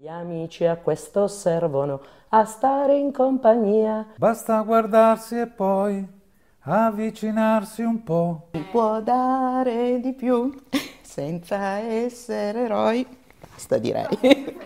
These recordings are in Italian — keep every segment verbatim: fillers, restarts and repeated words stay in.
Gli amici a questo servono, a stare in compagnia. Basta guardarsi e poi avvicinarsi un po'. Si può dare di più senza essere eroi. Basta, direi.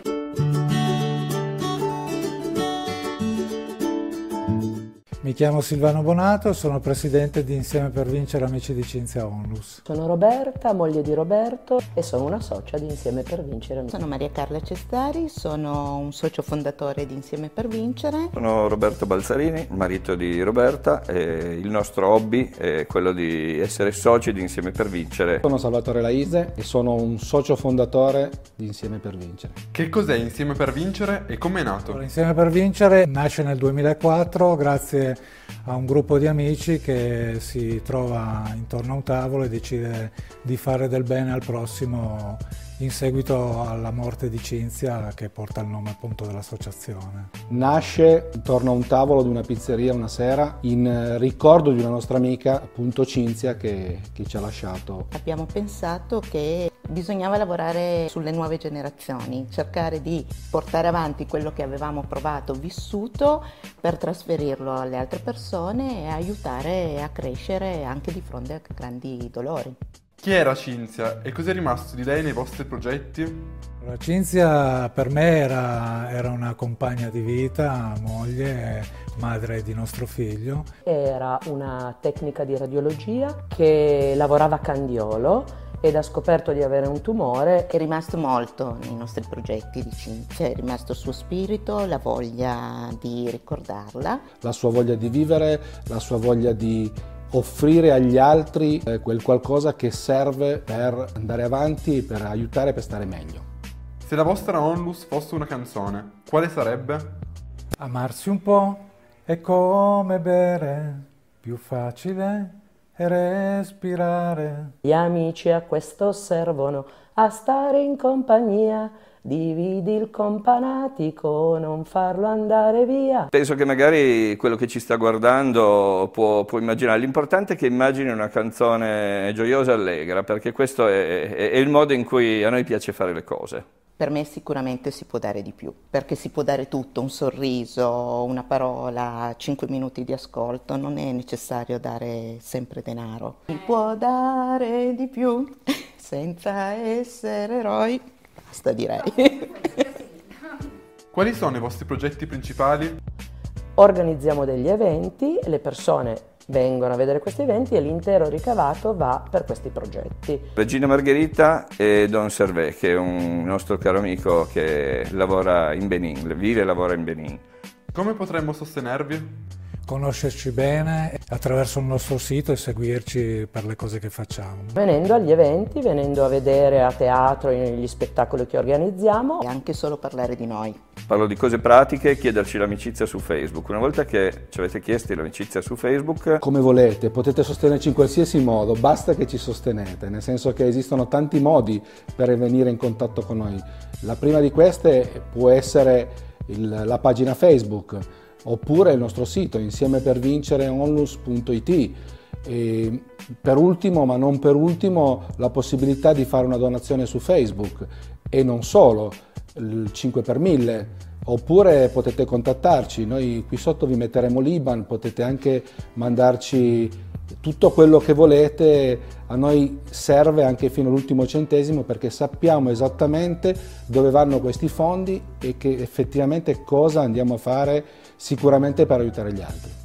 Mi chiamo Silvano Bonato, sono presidente di Insieme per Vincere Amici di Cinzia Onlus. Sono Roberta, moglie di Roberto, e sono una socia di Insieme per Vincere. Sono Maria Carla Cestari, sono un socio fondatore di Insieme per Vincere. Sono Roberto Balzarini, marito di Roberta, e il nostro hobby è quello di essere soci di Insieme per Vincere. Sono Salvatore Laise e sono un socio fondatore di Insieme per Vincere. Che cos'è Insieme per Vincere e come è nato? Allora, Insieme per Vincere nasce nel duemilaquattro grazie a un gruppo di amici che si trova intorno a un tavolo e decide di fare del bene al prossimo in seguito alla morte di Cinzia, che porta il nome appunto dell'associazione. Nasce intorno a un tavolo di una pizzeria una sera in ricordo di una nostra amica, appunto Cinzia, che, che ci ha lasciato. Abbiamo pensato che bisognava lavorare sulle nuove generazioni, cercare di portare avanti quello che avevamo provato, vissuto, per trasferirlo alle altre persone e aiutare a crescere anche di fronte a grandi dolori. Chi era Cinzia e cos'è rimasto di lei nei vostri progetti? Allora, Cinzia per me era, era una compagna di vita, moglie, madre di nostro figlio. Era una tecnica di radiologia che lavorava a Candiolo ed ha scoperto di avere un tumore. È rimasto molto nei nostri progetti di Cinzia, è rimasto il suo spirito, la voglia di ricordarla. La sua voglia di vivere, la sua voglia di offrire agli altri eh, quel qualcosa che serve per andare avanti, per aiutare, per stare meglio. Se la vostra onlus fosse una canzone, quale sarebbe? Amarsi un po' è come bere, più facile è respirare. Gli amici a questo servono, a stare in compagnia. Dividi il companatico, non farlo andare via. Penso che magari quello che ci sta guardando può, può immaginare. L'importante è che immagini una canzone gioiosa e allegra, perché questo è, è, è il modo in cui a noi piace fare le cose. Per me sicuramente si può dare di più, perché si può dare tutto, un sorriso, una parola, cinque minuti di ascolto, non è necessario dare sempre denaro. Si può dare di più senza essere eroi. Basta, direi. Quali sono i vostri progetti principali? Organizziamo degli eventi, le persone vengono a vedere questi eventi e l'intero ricavato va per questi progetti. Regina Margherita e Don Servais, che è un nostro caro amico che lavora in Benin, vive e lavora in Benin. Come potremmo sostenervi? Conoscerci bene attraverso il nostro sito e seguirci per le cose che facciamo. Venendo agli eventi, venendo a vedere a teatro gli spettacoli che organizziamo. E anche solo parlare di noi. Parlo di cose pratiche, chiederci l'amicizia su Facebook. Una volta che ci avete chiesto l'amicizia su Facebook... Come volete, potete sostenerci in qualsiasi modo, basta che ci sostenete, nel senso che esistono tanti modi per venire in contatto con noi. La prima di queste può essere il, la pagina Facebook, oppure il nostro sito insieme per vincere onlus punto it. E per ultimo, ma non per ultimo, la possibilità di fare una donazione su Facebook, e non solo, il cinque per mille, oppure potete contattarci, noi qui sotto vi metteremo l'I B A N, potete anche mandarci tutto quello che volete, a noi serve anche fino all'ultimo centesimo, perché sappiamo esattamente dove vanno questi fondi e che effettivamente cosa andiamo a fare sicuramente per aiutare gli altri.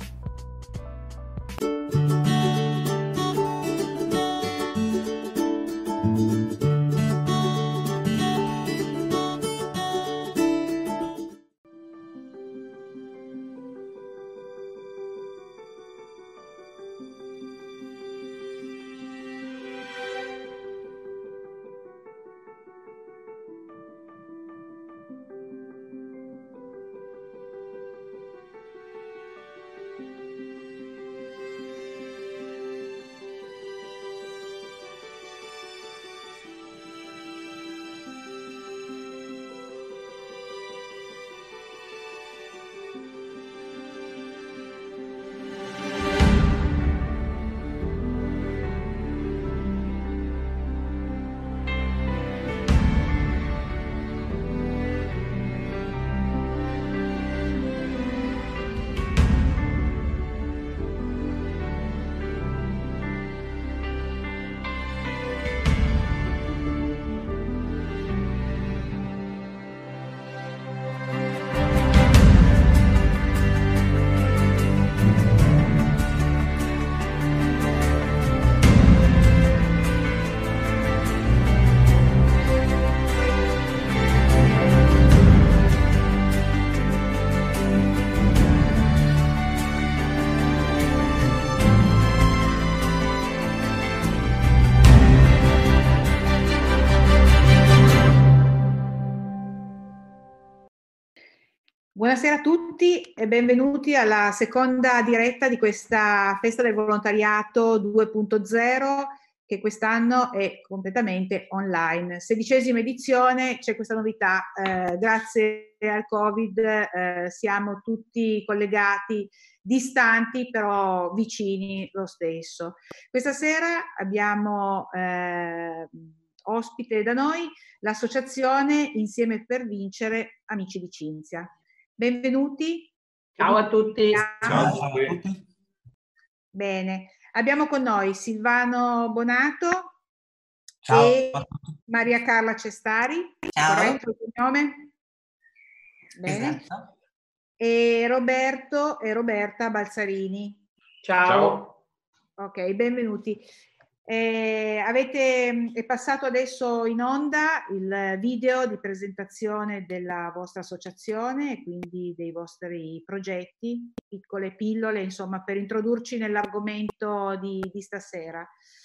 Buonasera a tutti e benvenuti alla seconda diretta di questa Festa del Volontariato due punto zero che quest'anno è completamente online. Sedicesima edizione, c'è questa novità, eh, grazie al Covid eh, siamo tutti collegati, distanti però vicini lo stesso. Questa sera abbiamo eh, ospite da noi l'associazione Insieme per Vincere Amici di Cinzia. Benvenuti. Ciao a tutti. Ciao a tutti. Bene, abbiamo con noi Silvano Bonato Ciao. e Maria Carla Cestari. Ciao. Corretto il cognome? Bene. Esatto. E Roberto e Roberta Balzarini. Ciao. Ciao. Ok, benvenuti. Eh, avete, è passato adesso in onda il video di presentazione della vostra associazione e quindi dei vostri progetti, piccole pillole, insomma, per introdurci nell'argomento di, di stasera.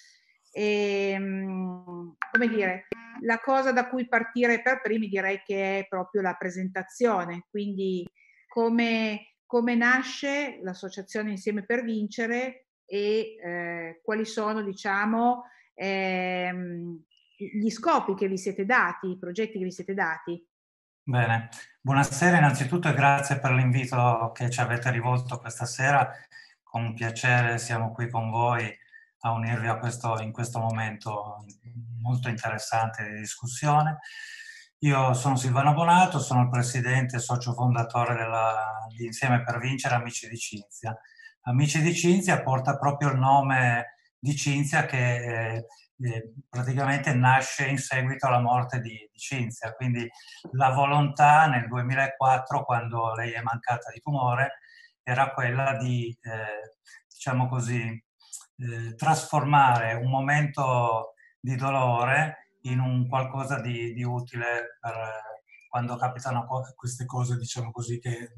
E, come dire, la cosa da cui partire per primi direi che è proprio la presentazione, quindi come, come nasce l'associazione Insieme per Vincere e eh, quali sono, diciamo, ehm, gli scopi che vi siete dati, i progetti che vi siete dati. Bene, buonasera innanzitutto e grazie per l'invito che ci avete rivolto questa sera. Con piacere siamo qui con voi a unirvi a questo, in questo momento molto interessante di discussione. Io sono Silvano Bonato, sono il presidente e socio fondatore della, di Insieme per Vincere Amici di Cinzia. Amici di Cinzia porta proprio il nome di Cinzia che eh, eh, praticamente nasce in seguito alla morte di, di Cinzia, quindi la volontà nel duemilaquattro, quando lei è mancata di tumore, era quella di, eh, diciamo così, eh, trasformare un momento di dolore in un qualcosa di, di utile per eh, quando capitano queste cose, diciamo così, che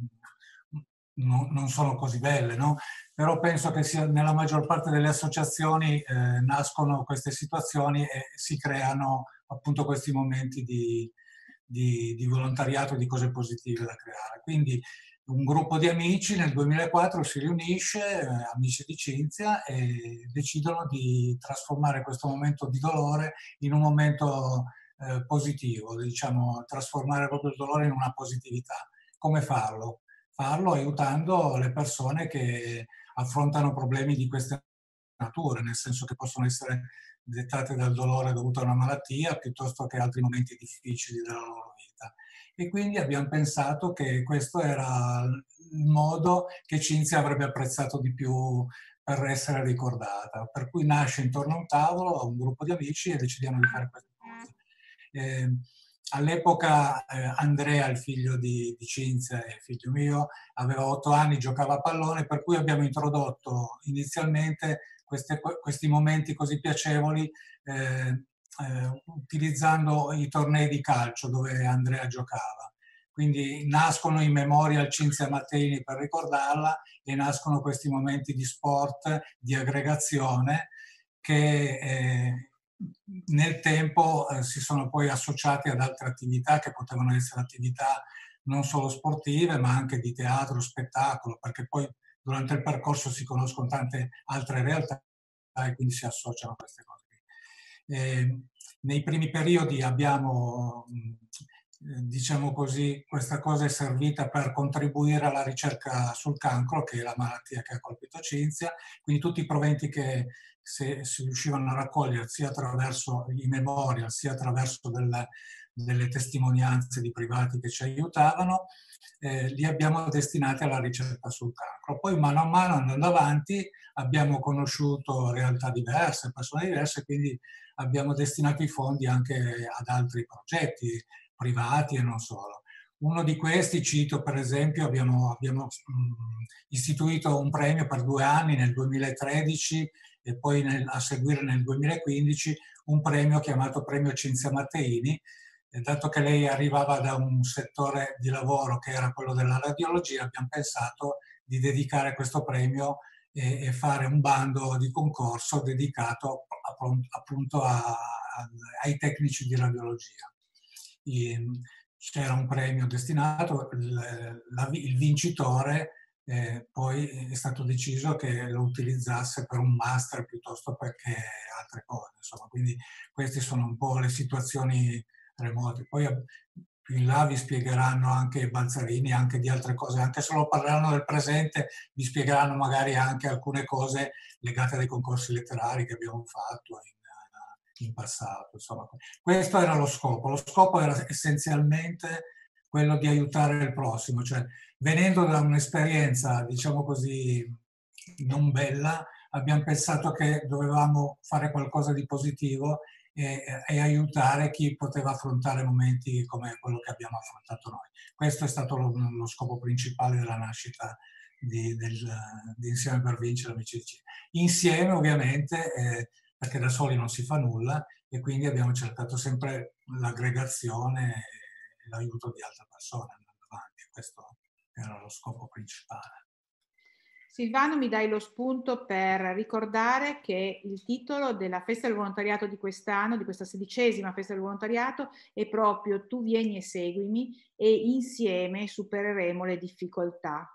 No, non sono così belle, no? Però penso che sia, nella maggior parte delle associazioni eh, nascono queste situazioni e si creano appunto questi momenti di, di, di volontariato, di cose positive da creare. Quindi un gruppo di amici nel duemilaquattro si riunisce, eh, Amici di Cinzia, e decidono di trasformare questo momento di dolore in un momento eh, positivo, diciamo, trasformare proprio il dolore in una positività. Come farlo? Farlo aiutando le persone che affrontano problemi di queste nature, nel senso che possono essere dettate dal dolore dovuto a una malattia piuttosto che altri momenti difficili della loro vita. E quindi abbiamo pensato che questo era il modo che Cinzia avrebbe apprezzato di più per essere ricordata. Per cui nasce intorno a un tavolo un gruppo di amici e decidiamo di fare queste cose. Eh, All'epoca eh, Andrea, il figlio di, di Cinzia e figlio mio, aveva otto anni, giocava a pallone, per cui abbiamo introdotto inizialmente queste, questi momenti così piacevoli eh, eh, utilizzando i tornei di calcio dove Andrea giocava. Quindi nascono in memoria al Cinzia Matteini per ricordarla e nascono questi momenti di sport, di aggregazione che eh, nel tempo eh, si sono poi associati ad altre attività che potevano essere attività non solo sportive ma anche di teatro, spettacolo, perché poi durante il percorso si conoscono tante altre realtà e quindi si associano a queste cose. Eh, nei primi periodi abbiamo, diciamo così, questa cosa è servita per contribuire alla ricerca sul cancro, che è la malattia che ha colpito Cinzia, quindi tutti i proventi che se si riuscivano a raccogliere sia attraverso i memorial sia attraverso del, delle testimonianze di privati che ci aiutavano, eh, li abbiamo destinati alla ricerca sul cancro. Poi mano a mano andando avanti abbiamo conosciuto realtà diverse, persone diverse, quindi abbiamo destinato i fondi anche ad altri progetti privati e non solo. Uno di questi, cito per esempio, abbiamo, abbiamo mh, istituito un premio per due anni nel duemilatredici e poi nel, a seguire nel duemilaquindici un premio chiamato Premio Cinzia Matteini, e dato che lei arrivava da un settore di lavoro che era quello della radiologia, abbiamo pensato di dedicare questo premio e, e fare un bando di concorso dedicato appunto a, a, ai tecnici di radiologia. I, c'era un premio destinato, il, la, il vincitore eh, poi è stato deciso che lo utilizzasse per un master piuttosto che altre cose, insomma, quindi queste sono un po' le situazioni remote. Poi più in là vi spiegheranno anche i Balzarini, anche di altre cose, anche se lo parleranno del presente, vi spiegheranno magari anche alcune cose legate ai concorsi letterari che abbiamo fatto in, in passato. Insomma, questo era lo scopo. Lo scopo era essenzialmente quello di aiutare il prossimo, cioè venendo da un'esperienza, diciamo così, non bella, abbiamo pensato che dovevamo fare qualcosa di positivo e, e aiutare chi poteva affrontare momenti come quello che abbiamo affrontato noi. Questo è stato lo, lo scopo principale della nascita di, del, di Insieme per Vincere, amici di Cine. Insieme ovviamente, eh, perché da soli non si fa nulla, e quindi abbiamo cercato sempre l'aggregazione e l'aiuto di altre persone andando avanti. Questo era lo scopo principale. Silvano, mi dai lo spunto per ricordare che il titolo della Festa del Volontariato di quest'anno, di questa sedicesima Festa del Volontariato, è proprio Tu vieni e seguimi, e insieme supereremo le difficoltà.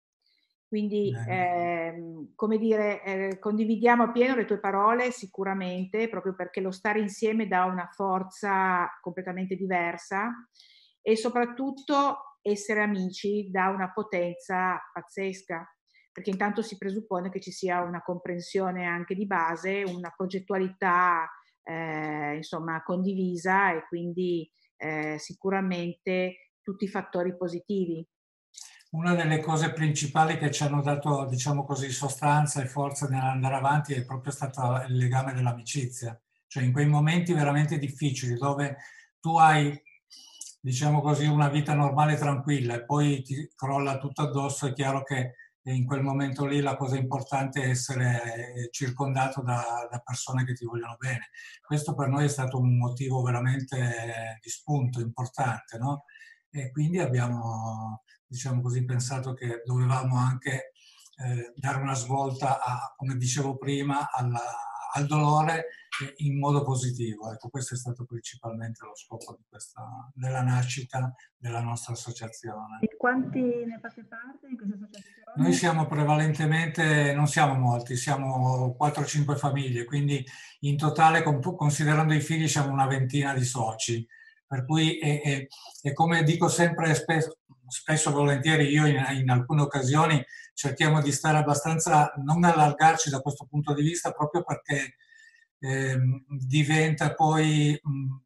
Quindi, ehm, come dire, eh, condividiamo appieno le tue parole sicuramente, proprio perché lo stare insieme dà una forza completamente diversa e soprattutto essere amici dà una potenza pazzesca, perché intanto si presuppone che ci sia una comprensione anche di base, una progettualità eh, insomma condivisa e quindi eh, sicuramente tutti i fattori positivi. Una delle cose principali che ci hanno dato, diciamo così, sostanza e forza nell'andare avanti è proprio stato il legame dell'amicizia. Cioè in quei momenti veramente difficili dove tu hai, diciamo così, una vita normale e tranquilla e poi ti crolla tutto addosso, è chiaro che in quel momento lì la cosa importante è essere circondato da, da persone che ti vogliono bene. Questo per noi è stato un motivo veramente di spunto importante, no? E quindi abbiamo, diciamo così, pensato che dovevamo anche eh, dare una svolta, a, come dicevo prima, alla, al dolore in modo positivo. Ecco, questo è stato principalmente lo scopo di questa, della nascita della nostra associazione. E quanti ne fate parte in questa associazione? Noi siamo prevalentemente, non siamo molti, siamo quattro cinque famiglie, quindi in totale, considerando i figli, siamo una ventina di soci. Per cui, è, è, è come dico sempre, spesso, spesso volentieri, io in, in alcune occasioni cerchiamo di stare abbastanza, non allargarci da questo punto di vista, proprio perché eh, diventa poi,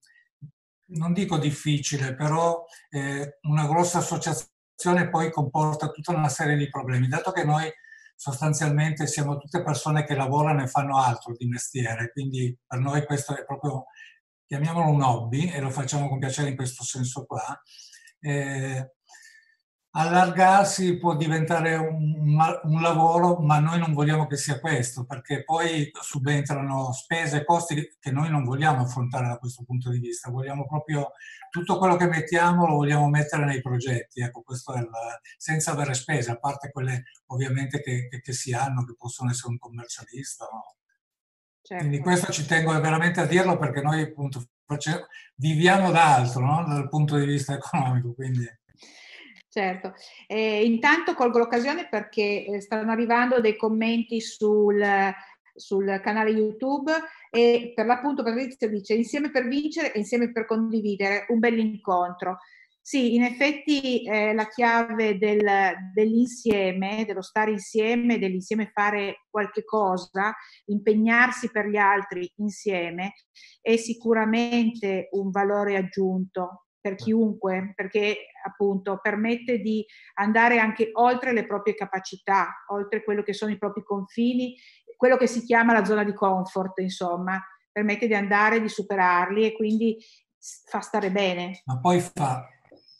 mh, non dico difficile, però eh, una grossa associazione poi comporta tutta una serie di problemi, dato che noi sostanzialmente siamo tutte persone che lavorano e fanno altro di mestiere, quindi per noi questo è proprio, chiamiamolo un hobby, e lo facciamo con piacere in questo senso qua. Eh, allargarsi può diventare un, un lavoro, ma noi non vogliamo che sia questo, perché poi subentrano spese e costi che noi non vogliamo affrontare da questo punto di vista. Vogliamo proprio tutto quello che mettiamo lo vogliamo mettere nei progetti, ecco, questo è il, senza avere spese, a parte quelle ovviamente che, che, che si hanno, che possono essere un commercialista, no? Certo. Quindi questo ci tengo veramente a dirlo, perché noi appunto facciamo, viviamo d'altro, no? Dal punto di vista economico. Quindi. Certo, eh, intanto colgo l'occasione perché eh, stanno arrivando dei commenti sul, sul canale YouTube e per l'appunto Patrizia dice insieme per vincere e insieme per condividere, un bell'incontro. Sì, in effetti eh, la chiave del, dell'insieme, dello stare insieme, dell'insieme fare qualche cosa, impegnarsi per gli altri insieme, è sicuramente un valore aggiunto per chiunque, perché appunto permette di andare anche oltre le proprie capacità, oltre quello che sono i propri confini, quello che si chiama la zona di comfort, insomma, permette di andare, di superarli e quindi fa stare bene. Ma poi fa...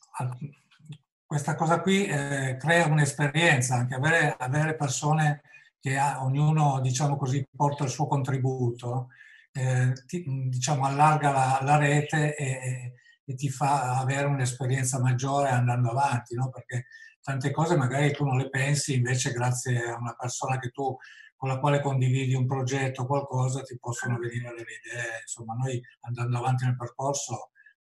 questa cosa qui eh, crea un'esperienza, anche avere, avere persone che ha, ognuno, diciamo così, porta il suo contributo, eh, ti, diciamo, allarga la, la rete e, e ti fa avere un'esperienza maggiore andando avanti, no? Perché tante cose magari tu non le pensi, invece grazie a una persona che tu, con la quale condividi un progetto o qualcosa, ti possono venire delle idee. Insomma, noi andando avanti nel percorso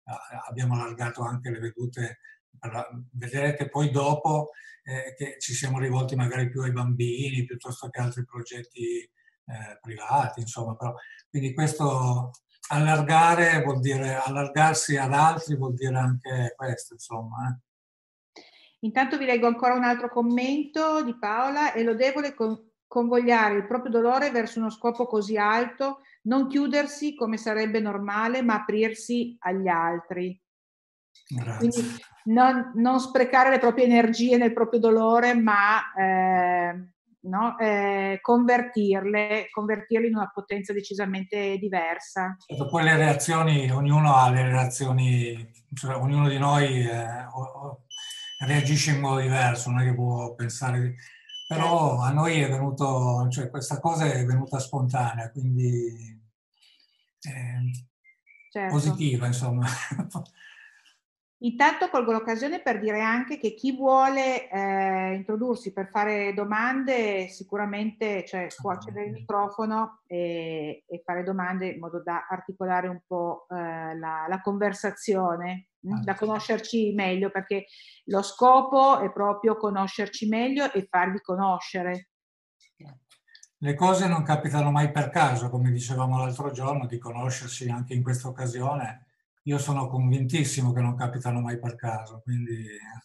abbiamo allargato anche le vedute. Vedrete poi dopo eh, che ci siamo rivolti magari più ai bambini piuttosto che altri progetti eh, privati, insomma. Però, quindi questo allargare vuol dire allargarsi ad altri, vuol dire anche questo, insomma. Eh. Intanto vi leggo ancora un altro commento di Paola: è lodevole con convogliare il proprio dolore verso uno scopo così alto, non chiudersi come sarebbe normale, ma aprirsi agli altri. Grazie. Quindi non, non sprecare le proprie energie nel proprio dolore, ma eh, no, eh, convertirle, convertirle in una potenza decisamente diversa. Poi le reazioni, ognuno ha le reazioni, cioè ognuno di noi eh, o, o, reagisce in modo diverso, non è che può pensare, però a noi è venuto, cioè questa cosa è venuta spontanea, quindi eh, certo. Positiva, insomma. Intanto colgo l'occasione per dire anche che chi vuole eh, introdursi per fare domande sicuramente, cioè, può accendere il microfono e, e fare domande in modo da articolare un po' eh, la, la conversazione, mh? Da conoscerci meglio, perché lo scopo è proprio conoscerci meglio e farvi conoscere. Le cose non capitano mai per caso, come dicevamo l'altro giorno, di conoscersi anche in questa occasione. Io sono convintissimo che non capitano mai per caso, quindi...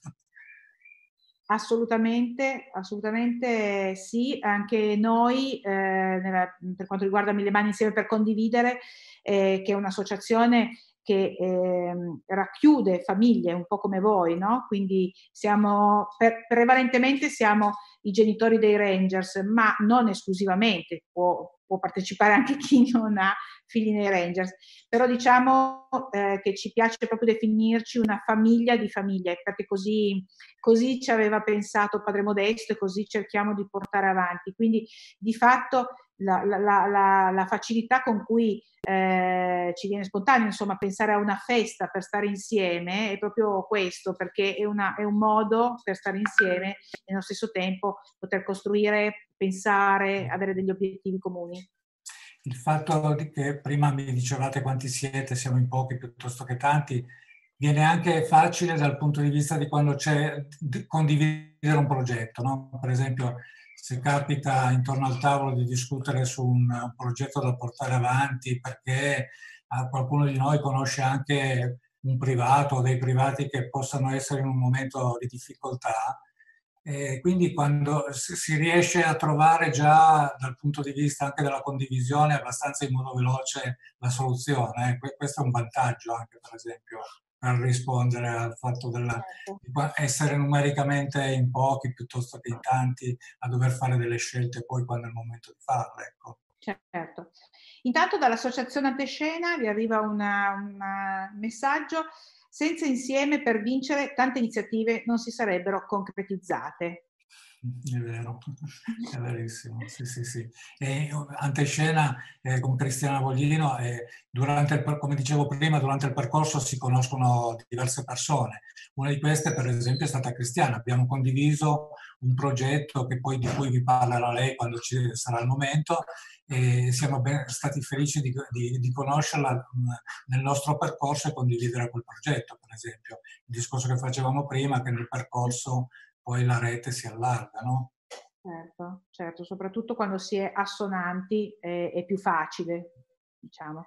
Assolutamente, assolutamente sì. Anche noi, eh, nella, per quanto riguarda Mille Mani Insieme per Condividere, eh, che è un'associazione che eh, racchiude famiglie un po' come voi, no? Quindi siamo, per, prevalentemente siamo i genitori dei Rangers, ma non esclusivamente, può, può partecipare anche chi non ha figli nei Rangers, però diciamo eh, che ci piace proprio definirci una famiglia di famiglie, perché così, così ci aveva pensato Padre Modesto e così cerchiamo di portare avanti. Quindi di fatto la, la, la, la facilità con cui eh, ci viene spontaneo, insomma, pensare a una festa per stare insieme è proprio questo, perché è, una, è un modo per stare insieme e nello stesso tempo poter costruire, pensare, avere degli obiettivi comuni. Il fatto che prima mi dicevate quanti siete, siamo in pochi piuttosto che tanti, viene anche facile dal punto di vista di quando c'è condividere un progetto, no? Per esempio, se capita intorno al tavolo di discutere su un, un progetto da portare avanti perché qualcuno di noi conosce anche un privato o dei privati che possano essere in un momento di difficoltà, e quindi quando si riesce a trovare già dal punto di vista anche della condivisione abbastanza in modo veloce la soluzione, eh? Questo è un vantaggio anche, per esempio, per rispondere al fatto della, di essere numericamente in pochi piuttosto che in tanti a dover fare delle scelte poi quando è il momento di farle. Ecco. Certo. Intanto dall'Associazione Antescena vi arriva un messaggio: senza insieme per vincere tante iniziative non si sarebbero concretizzate. È vero, è verissimo, sì, sì, sì. E Antescena eh, con Cristiana Voglino, eh, durante il, come dicevo prima, durante il percorso si conoscono diverse persone. Una di queste, per esempio, è stata Cristiana. Abbiamo condiviso un progetto che poi, di cui vi parlerà lei quando ci sarà il momento, e siamo ben, stati felici di, di, di conoscerla mh, nel nostro percorso e condividere quel progetto, per esempio. Il discorso che facevamo prima, che nel percorso poi la rete si allarga, no? Certo, certo, soprattutto quando si è assonanti è, è più facile, diciamo.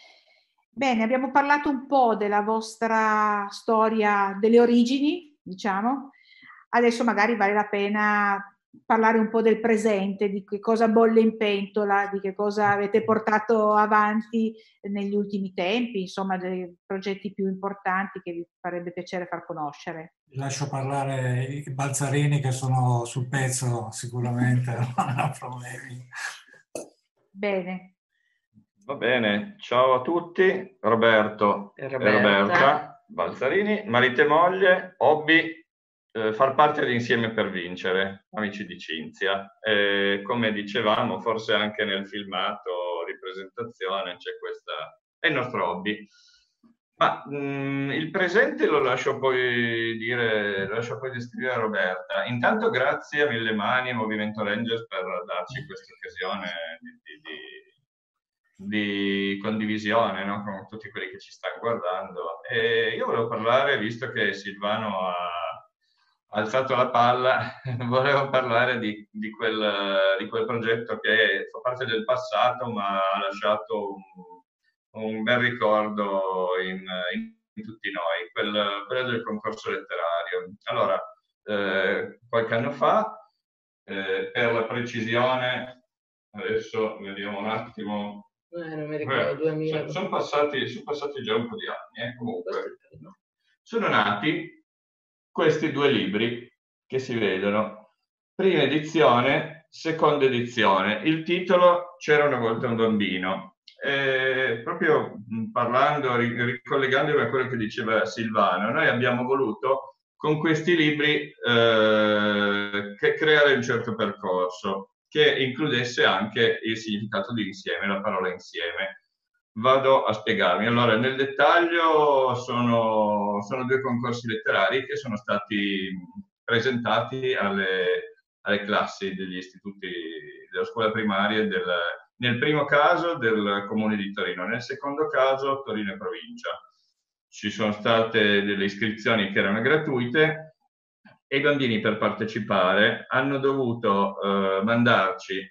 Bene, abbiamo parlato un po' della vostra storia, delle origini, diciamo. Adesso magari vale la pena parlare un po' del presente, di che cosa bolle in pentola, di che cosa avete portato avanti negli ultimi tempi, insomma, dei progetti più importanti che vi farebbe piacere far conoscere. Lascio parlare i Balzarini che sono sul pezzo sicuramente, non ha problemi. Bene. Va bene, ciao a tutti, Roberto e Roberta, e Roberta Balzarini, marito e moglie, hobby, eh, far parte di Insieme per Vincere, amici di Cinzia. E come dicevamo, forse anche nel filmato di presentazione c'è questa, è il nostro hobby. Ma mh, il presente lo lascio poi dire, lo lascio poi descrivere a Roberta. Intanto grazie a Mille Mani e Movimento Rangers per darci questa occasione di, di, di di condivisione, no? Con tutti quelli che ci stanno guardando. E io volevo parlare, visto che Silvano ha alzato la palla, volevo parlare di, di, quel, di quel progetto che fa parte del passato, ma ha lasciato un, un bel ricordo in, in, in tutti noi, quel, quello del concorso letterario. Allora, eh, qualche anno fa, eh, per la precisione, adesso vediamo un attimo. Eh, non mi ricordo, duemila. Sono, sono, passati, sono passati già un po' di anni, eh, comunque. Sono nati questi due libri che si vedono, prima edizione, seconda edizione. Il titolo C'era una volta un bambino. E proprio parlando, ricollegandomi a quello che diceva Silvano, noi abbiamo voluto con questi libri eh, che creare un certo percorso che includesse anche il significato di insieme, la parola insieme. Vado a spiegarmi. Allora, nel dettaglio sono, sono due concorsi letterari che sono stati presentati alle, alle classi degli istituti della scuola primaria, del, nel primo caso del Comune di Torino, nel secondo caso Torino e provincia. Ci sono state delle iscrizioni che erano gratuite e i bambini per partecipare hanno dovuto eh, mandarci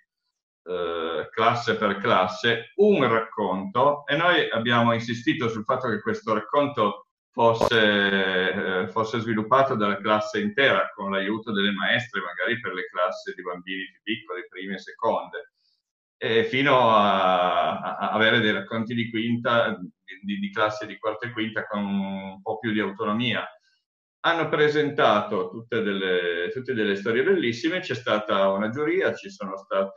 Uh, classe per classe un racconto, e noi abbiamo insistito sul fatto che questo racconto fosse, eh, fosse sviluppato dalla classe intera con l'aiuto delle maestre, magari per le classi di bambini più piccoli, prime e seconde, e fino a, a avere dei racconti di quinta, di, di classe di quarta e quinta con un po' più di autonomia. Hanno presentato tutte delle, tutte delle storie bellissime, c'è stata una giuria, ci sono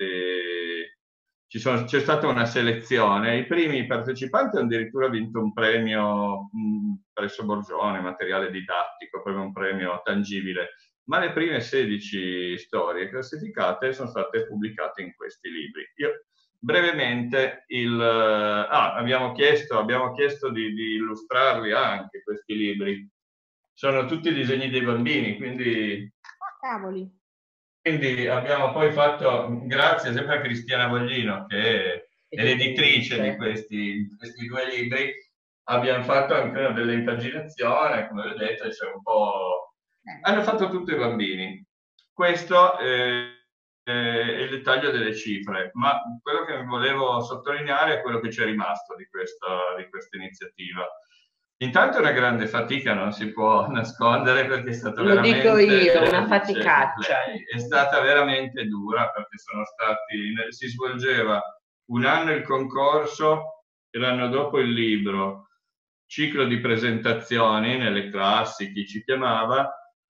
state, ci sono, c'è stata una selezione. I primi partecipanti hanno addirittura vinto un premio mh, presso Borgione, materiale didattico, proprio un premio tangibile, ma le prime sedici storie classificate sono state pubblicate in questi libri. Io brevemente il, ah, abbiamo chiesto, abbiamo chiesto di, di illustrarli anche questi libri. Sono tutti disegni dei bambini, quindi, oh, cavoli. quindi abbiamo poi fatto, grazie sempre a Cristiana Voglino, che è l'editrice di questi, di questi due libri, abbiamo fatto anche una delle impaginazioni, come vedete c'è un po'... Hanno fatto tutto i bambini. Questo è, è il dettaglio delle cifre, ma quello che volevo sottolineare è quello che ci è rimasto di questa, di questa iniziativa. Intanto è una grande fatica, non si può nascondere, perché è stata Lo veramente... dico io, una faticaccia. È stata veramente dura, perché sono stati... Si svolgeva un anno il concorso e l'anno dopo il libro, ciclo di presentazioni nelle classi, chi ci chiamava,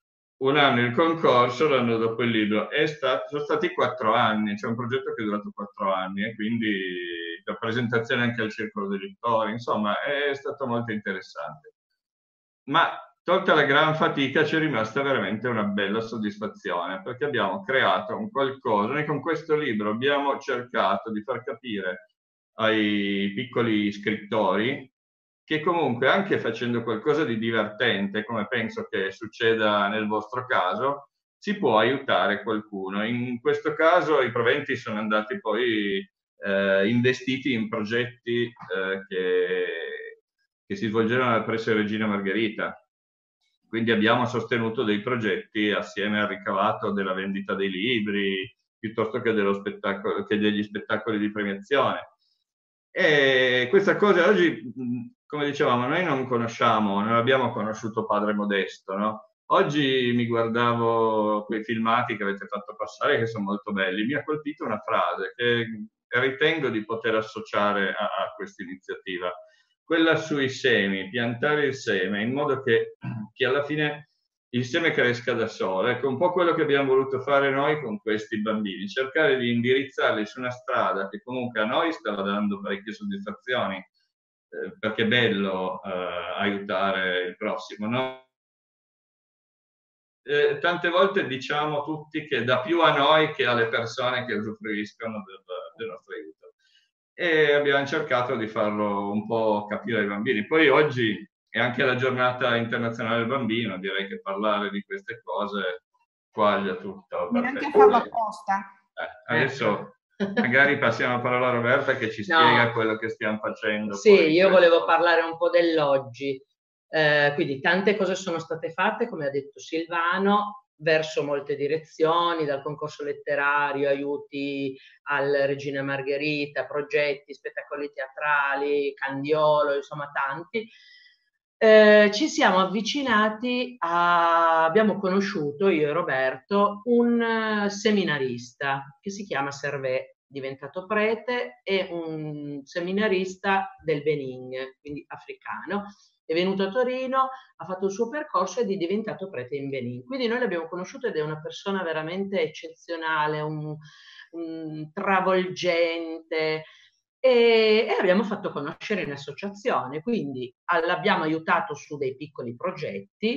un anno il concorso, l'anno dopo il libro. È stato, sono stati quattro anni, c'è un progetto che è durato quattro anni e quindi la presentazione anche al Circolo dei Lettori, insomma è stato molto interessante. Ma tolta la gran fatica c'è rimasta veramente una bella soddisfazione, perché abbiamo creato un qualcosa. Noi con questo libro abbiamo cercato di far capire ai piccoli scrittori che comunque anche facendo qualcosa di divertente, come penso che succeda nel vostro caso, si può aiutare qualcuno. In questo caso i proventi sono andati poi eh, investiti in progetti eh, che, che si svolgevano presso Regina Margherita. Quindi abbiamo sostenuto dei progetti assieme al ricavato della vendita dei libri, piuttosto che, dello spettacolo, che degli spettacoli di premiazione. E questa cosa oggi, come dicevamo, noi non conosciamo, non abbiamo conosciuto Padre Modesto, no? Oggi mi guardavo quei filmati che avete fatto passare, che sono molto belli. Mi ha colpito una frase che ritengo di poter associare a, a questa iniziativa, quella sui semi, piantare il seme in modo che, che alla fine il seme cresca da solo. Ecco, un po' quello che abbiamo voluto fare noi con questi bambini, cercare di indirizzarli su una strada che comunque a noi stava dando parecchie soddisfazioni, eh, perché è bello eh, aiutare il prossimo, no? Eh, tante volte diciamo tutti che dà più a noi che alle persone che usufruiscono del, del nostro aiuto. E abbiamo cercato di farlo un po' capire ai bambini. Poi oggi è anche la giornata internazionale del bambino, direi che parlare di queste cose quaglia tutto. Neanche a farlo apposta. Eh, adesso Magari passiamo la parola a Roberta che ci No. spiega quello che stiamo facendo. Sì, io volevo parlare un po' dell'oggi. Eh, quindi tante cose sono state fatte, come ha detto Silvano, verso molte direzioni, dal concorso letterario, aiuti al Regina Margherita, progetti, spettacoli teatrali, Candiolo, insomma tanti. Eh, ci siamo avvicinati a, abbiamo conosciuto, io e Roberto, un uh, seminarista che si chiama Servet, diventato prete, è un seminarista del Benin, quindi africano. È venuto a Torino, ha fatto il suo percorso ed è diventato prete in Benin. Quindi noi l'abbiamo conosciuto ed è una persona veramente eccezionale, un, un travolgente, e, e abbiamo fatto conoscere in associazione, quindi l'abbiamo aiutato su dei piccoli progetti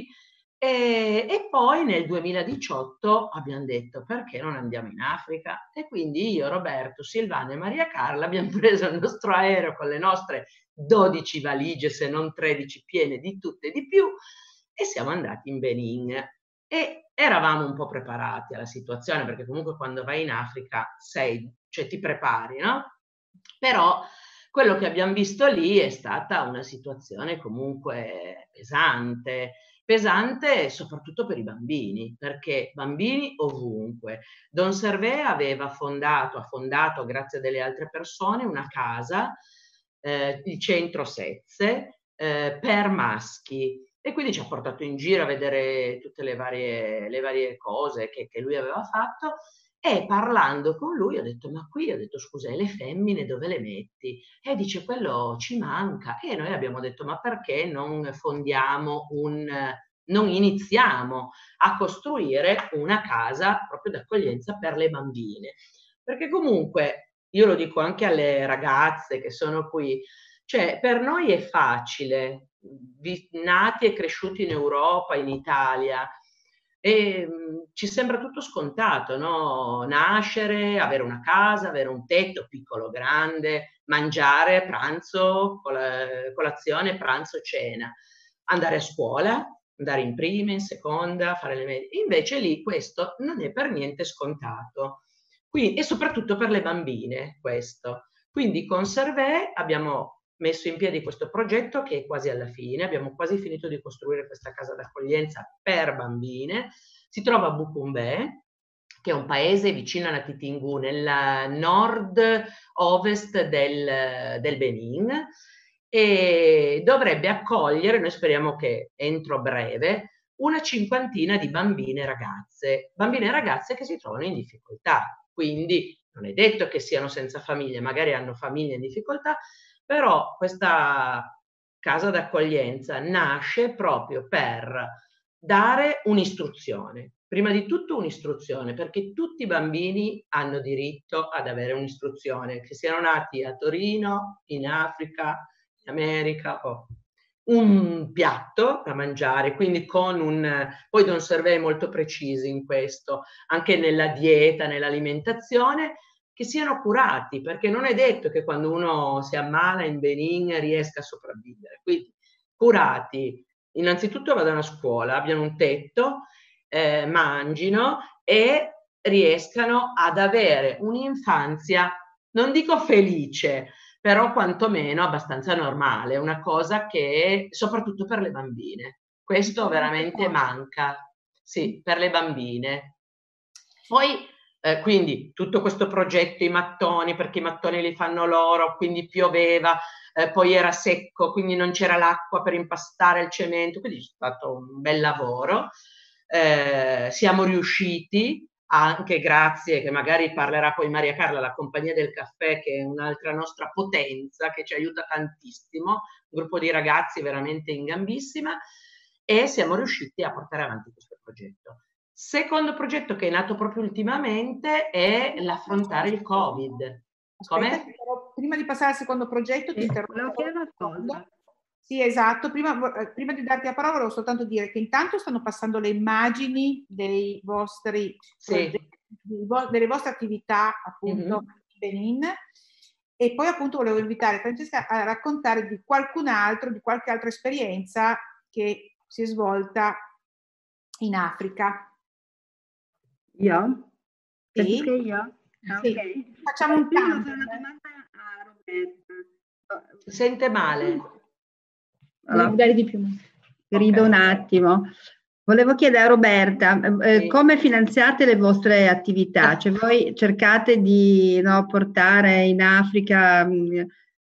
e, e poi nel duemiladiciotto abbiamo detto perché non andiamo in Africa, e quindi io, Roberto, Silvana e Maria Carla abbiamo preso il nostro aereo con le nostre dodici valigie, se non tredici, piene di tutto e di più, e siamo andati in Benin. E eravamo un po' preparati alla situazione, perché comunque quando vai in Africa sei, cioè ti prepari, no? Però quello che abbiamo visto lì è stata una situazione comunque pesante, pesante soprattutto per i bambini, perché bambini ovunque. Don Servet aveva fondato, ha fondato grazie a delle altre persone una casa, eh, il centro Sezze, eh, per maschi, e quindi ci ha portato in giro a vedere tutte le varie, le varie cose che, che lui aveva fatto. E parlando con lui ho detto, ma qui, ho detto, scusa, e le femmine dove le metti? E dice, quello ci manca. E noi abbiamo detto, ma perché non fondiamo un, non iniziamo a costruire una casa proprio d'accoglienza per le bambine? Perché comunque, io lo dico anche alle ragazze che sono qui, cioè per noi è facile, nati e cresciuti in Europa, in Italia, e mh, ci sembra tutto scontato, no? Nascere, avere una casa, avere un tetto piccolo o grande, mangiare, pranzo, col- colazione, pranzo, cena, andare a scuola, andare in prima, in seconda, fare le medie. Invece lì questo non è per niente scontato. Quindi, e soprattutto per le bambine questo. Quindi con Servet abbiamo messo in piedi questo progetto che è quasi alla fine, abbiamo quasi finito di costruire questa casa d'accoglienza per bambine. Si trova a Bukumbe, che è un paese vicino a Natitingù, nel nord-ovest del, del Benin, e dovrebbe accogliere, noi speriamo che entro breve, una cinquantina di bambine e ragazze, bambine e ragazze che si trovano in difficoltà. Quindi non è detto che siano senza famiglie, magari hanno famiglie in difficoltà, però questa casa d'accoglienza nasce proprio per dare un'istruzione, prima di tutto un'istruzione, perché tutti i bambini hanno diritto ad avere un'istruzione, che siano nati a Torino, in Africa, in America, o un piatto da mangiare, quindi con un, poi Don Servet è molto precisi in questo, anche nella dieta, nell'alimentazione, che siano curati, perché non è detto che quando uno si ammala in Benin riesca a sopravvivere. Quindi curati, innanzitutto vadano a scuola, abbiano un tetto, eh, mangino e riescano ad avere un'infanzia, non dico felice, però quantomeno abbastanza normale, una cosa che soprattutto per le bambine. Questo veramente manca, sì, per le bambine. Poi Eh, quindi tutto questo progetto, i mattoni, perché i mattoni li fanno loro, quindi pioveva, eh, poi era secco, quindi non c'era l'acqua per impastare il cemento, quindi è stato un bel lavoro. Eh, siamo riusciti, anche grazie, che magari parlerà poi Maria Carla, la Compagnia del Caffè, che è un'altra nostra potenza, che ci aiuta tantissimo, un gruppo di ragazzi veramente in gambissima, e siamo riusciti a portare avanti questo progetto. Secondo progetto che è nato proprio ultimamente è l'affrontare il Covid. Aspetta, però, prima di passare al secondo progetto, ti interrompo. Sì, esatto. Prima, prima di darti la parola, volevo soltanto dire che intanto stanno passando le immagini dei vostri sì. progetti, delle vostre attività, appunto, mm-hmm. in Benin. E poi, appunto, volevo invitare Francesca a raccontare di qualcun altro, di qualche altra esperienza che si è svolta in Africa. Io? Sì. Io? Ah, Sì. ok. Facciamo un Prima cambio. fare una domanda a Roberta. Si sente male. Allora, Devi dare di più. grido Ok. un attimo. Volevo chiedere a Roberta, eh, Sì. come finanziate le vostre attività? Cioè voi cercate di, no, portare in Africa mh,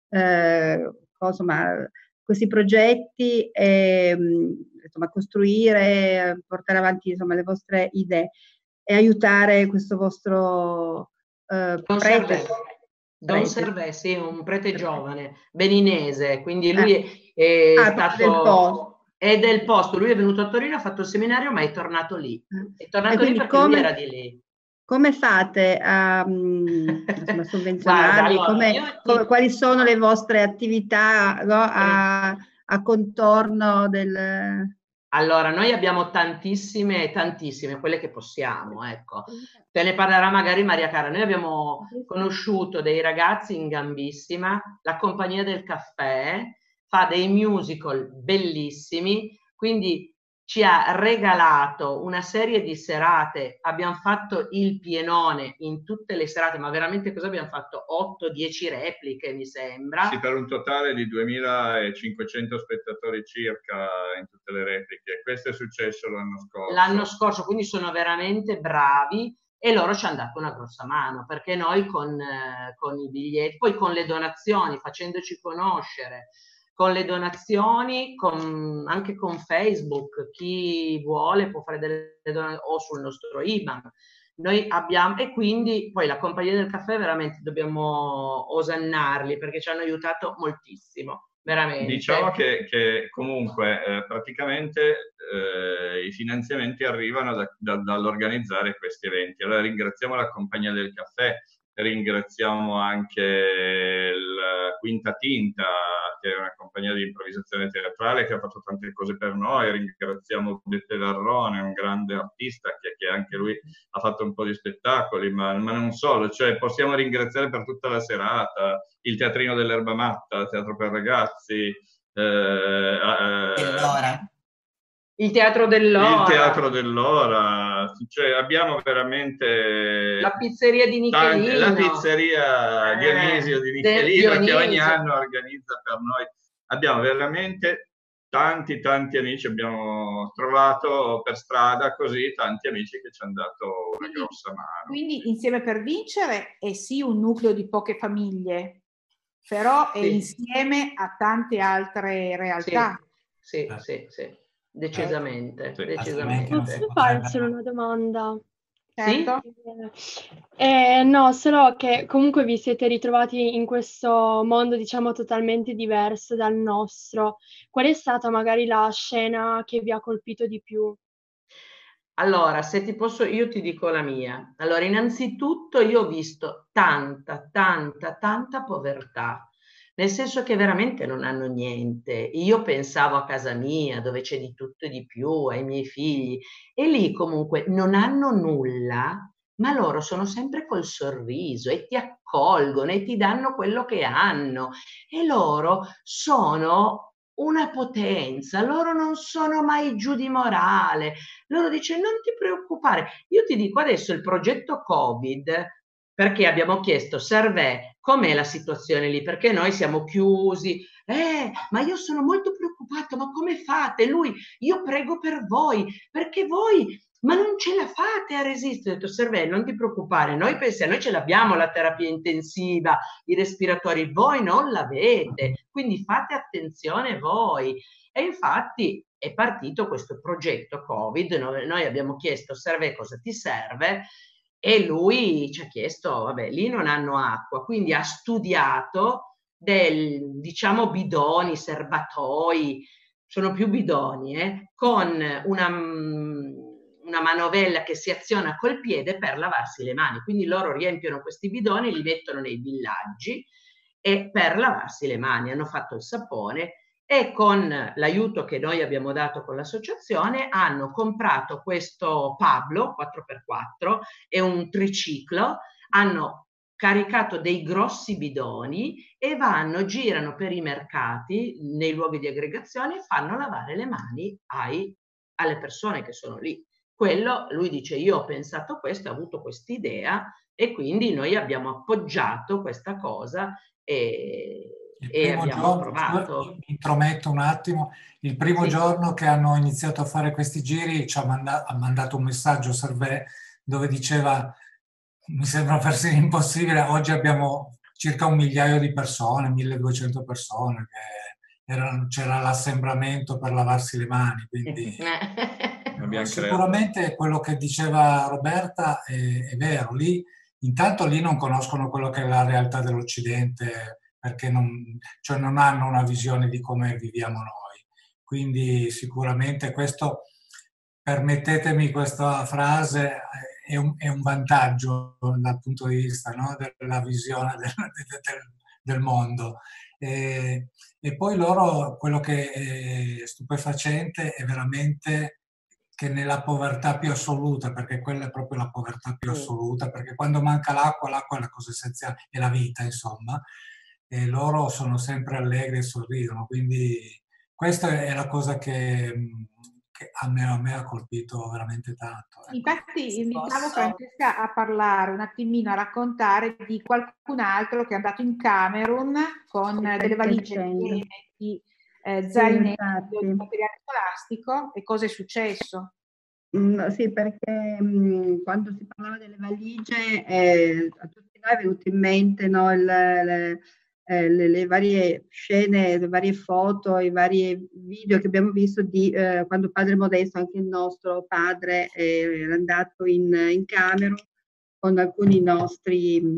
eh, cosa, ma, questi progetti e mh, insomma, costruire, portare avanti insomma, le vostre idee e aiutare questo vostro eh, Don prete. Servè. Don Prete. Servè, sì, un prete giovane, beninese, quindi Eh. lui è, è Ah, proprio del stato... posto. È del posto, lui è venuto a Torino, ha fatto il seminario, ma è tornato lì. È E tornato lì quindi perché lui come- era di lì. Come fate a mm, insomma, Guarda, sovvenzionarli? allora, Come- io ti- come- quali sono le vostre attività, no, a, a contorno del... Allora, noi abbiamo tantissime, tantissime, quelle che possiamo, ecco. Te ne parlerà magari Maria Cara. Noi abbiamo conosciuto dei ragazzi in gambissima, la Compagnia del Caffè fa dei musical bellissimi, quindi ci ha regalato una serie di serate, abbiamo fatto il pienone in tutte le serate, ma veramente cosa abbiamo fatto? otto dieci repliche, mi sembra. Sì, per un totale di duemilacinquecento spettatori circa in tutte le repliche. Questo è successo l'anno scorso. L'anno scorso, quindi sono veramente bravi e loro ci hanno dato una grossa mano, perché noi con, eh, con i biglietti, poi con le donazioni, facendoci conoscere, con le donazioni, con, anche con Facebook, chi vuole può fare delle donazioni o sul nostro I B A N. Noi abbiamo, e quindi poi la Compagnia del Caffè veramente dobbiamo osannarli perché ci hanno aiutato moltissimo, veramente. Diciamo che, che comunque eh, praticamente eh, i finanziamenti arrivano da, da, dall'organizzare questi eventi. Allora ringraziamo la Compagnia del Caffè, ringraziamo anche la Quinta Tinta, che è una compagnia di improvvisazione teatrale che ha fatto tante cose per noi, ringraziamo Beppe Varrone, un grande artista che, che anche lui ha fatto un po' di spettacoli, ma, ma non solo, cioè possiamo ringraziare per tutta la serata il Teatrino dell'Erba Matta, Teatro per Ragazzi, eh, eh, il Teatro dell'Ora, il Teatro dell'Ora, cioè abbiamo veramente la pizzeria di Nichelino, tanti, la pizzeria Dionisio di Nichelino che ogni anno organizza per noi. Abbiamo veramente tanti tanti amici, abbiamo trovato per strada così tanti amici che ci hanno dato una quindi, grossa mano. Quindi Insieme per Vincere è sì un nucleo di poche famiglie, però è sì. insieme a tante altre realtà. Sì, sì, sì, sì. Decisamente, sì. decisamente. Posso farti solo una domanda? Certo. Eh, no, solo che comunque vi siete ritrovati in questo mondo, diciamo, totalmente diverso dal nostro. Qual è stata magari la scena che vi ha colpito di più? Allora, se ti posso, io ti dico la mia. Allora, innanzitutto io ho visto tanta, tanta, tanta povertà. Nel senso che veramente non hanno niente. Io pensavo a casa mia, dove c'è di tutto e di più, ai miei figli, e lì comunque non hanno nulla, ma loro sono sempre col sorriso e ti accolgono e ti danno quello che hanno. E loro sono una potenza, loro non sono mai giù di morale. Loro dicono non ti preoccupare. Io ti dico adesso il progetto Covid, perché abbiamo chiesto, Servè, com'è la situazione lì? Perché noi siamo chiusi. Eh, ma io sono molto preoccupato, ma come fate? Lui, io prego per voi, perché voi, ma non ce la fate a resistere. Ho detto, Servè, non ti preoccupare, noi pensiamo, noi ce l'abbiamo la terapia intensiva, i respiratori, voi non l'avete, quindi fate attenzione voi. E infatti è partito questo progetto Covid, noi, noi abbiamo chiesto, Servè, cosa ti serve? E lui ci ha chiesto, vabbè, lì non hanno acqua, quindi ha studiato del, diciamo, bidoni, serbatoi, sono più bidoni, eh, con una, una manovella che si aziona col piede per lavarsi le mani. Quindi loro riempiono questi bidoni, li mettono nei villaggi e per lavarsi le mani hanno fatto il sapone. E con l'aiuto che noi abbiamo dato con l'associazione hanno comprato questo Pablo quattro per quattro e un triciclo, hanno caricato dei grossi bidoni e vanno, girano per i mercati, nei luoghi di aggregazione e fanno lavare le mani ai, alle persone che sono lì. quello, lui dice io ho pensato questo, ho avuto quest'idea e quindi noi abbiamo appoggiato questa cosa e, il e primo abbiamo giorno, provato. mi intrometto un attimo, il primo Sì. giorno che hanno iniziato a fare questi giri ci ha, manda- ha mandato un messaggio Servais dove diceva mi sembra persino impossibile, oggi abbiamo circa un migliaio di persone, milleduecento persone, che erano, c'era l'assembramento per lavarsi le mani, quindi Abbiamo sicuramente creato. quello che diceva Roberta è, è vero, lì intanto lì non conoscono quello che è la realtà dell'Occidente perché non, cioè non hanno una visione di come viviamo noi, quindi sicuramente questo, permettetemi questa frase, è un, è un vantaggio dal punto di vista, no, della visione del, del, del mondo. E, e poi loro, quello che è stupefacente è veramente che nella povertà più assoluta, perché quella è proprio la povertà più assoluta, perché quando manca l'acqua, l'acqua è la cosa essenziale, è la vita, insomma, e loro sono sempre allegri e sorridono, quindi questa è la cosa che, che a, me, a me ha colpito veramente tanto. Ecco. Infatti invitavo Posso? Francesca a parlare un attimino, a raccontare di qualcun altro che è andato in Camerun con Sì, delle valigie dicendo. piene di eh, Sì, zainetti, infatti. di materiale scolastico, e cosa è successo? Mm, sì, perché mm, quando si parlava delle valigie, eh, a tutti noi è venuto in mente, no, il- le, eh, le- le varie scene, le varie foto, i vari video che abbiamo visto di eh, quando Padre Modesto, anche il nostro padre, eh, era andato in, in Camerun con alcuni nostri mm,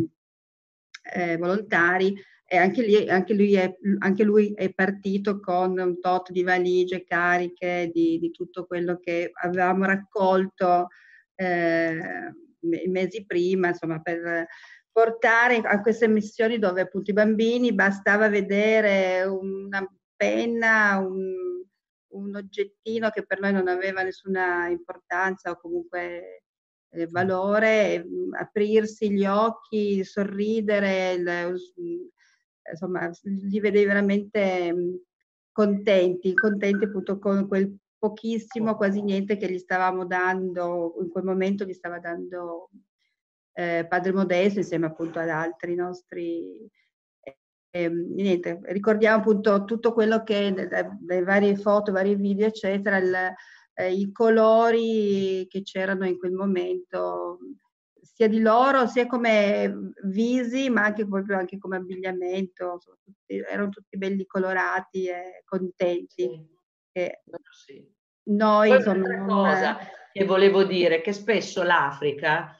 eh, volontari. E anche, lì, anche, lui è, anche lui è partito con un tot di valigie cariche di, di tutto quello che avevamo raccolto eh, mesi prima, insomma, per portare a queste missioni dove appunto i bambini bastava vedere una penna, un, un oggettino che per noi non aveva nessuna importanza o comunque eh, valore, mh, aprirsi gli occhi, sorridere, il, insomma, li vedevi veramente mh, contenti, contenti appunto con quel pochissimo, quasi niente che gli stavamo dando, in quel momento gli stava dando eh, Padre Modesto insieme appunto ad altri nostri. E, niente, ricordiamo appunto tutto quello che dai varie foto, vari video, eccetera, il, eh, i colori che c'erano in quel momento, sia di loro, sia come visi, ma anche proprio anche come abbigliamento, insomma, tutti, erano tutti belli colorati e contenti. Sì. Che Sì. noi, Poi insomma, un'altra non, cosa che volevo dire è che spesso l'Africa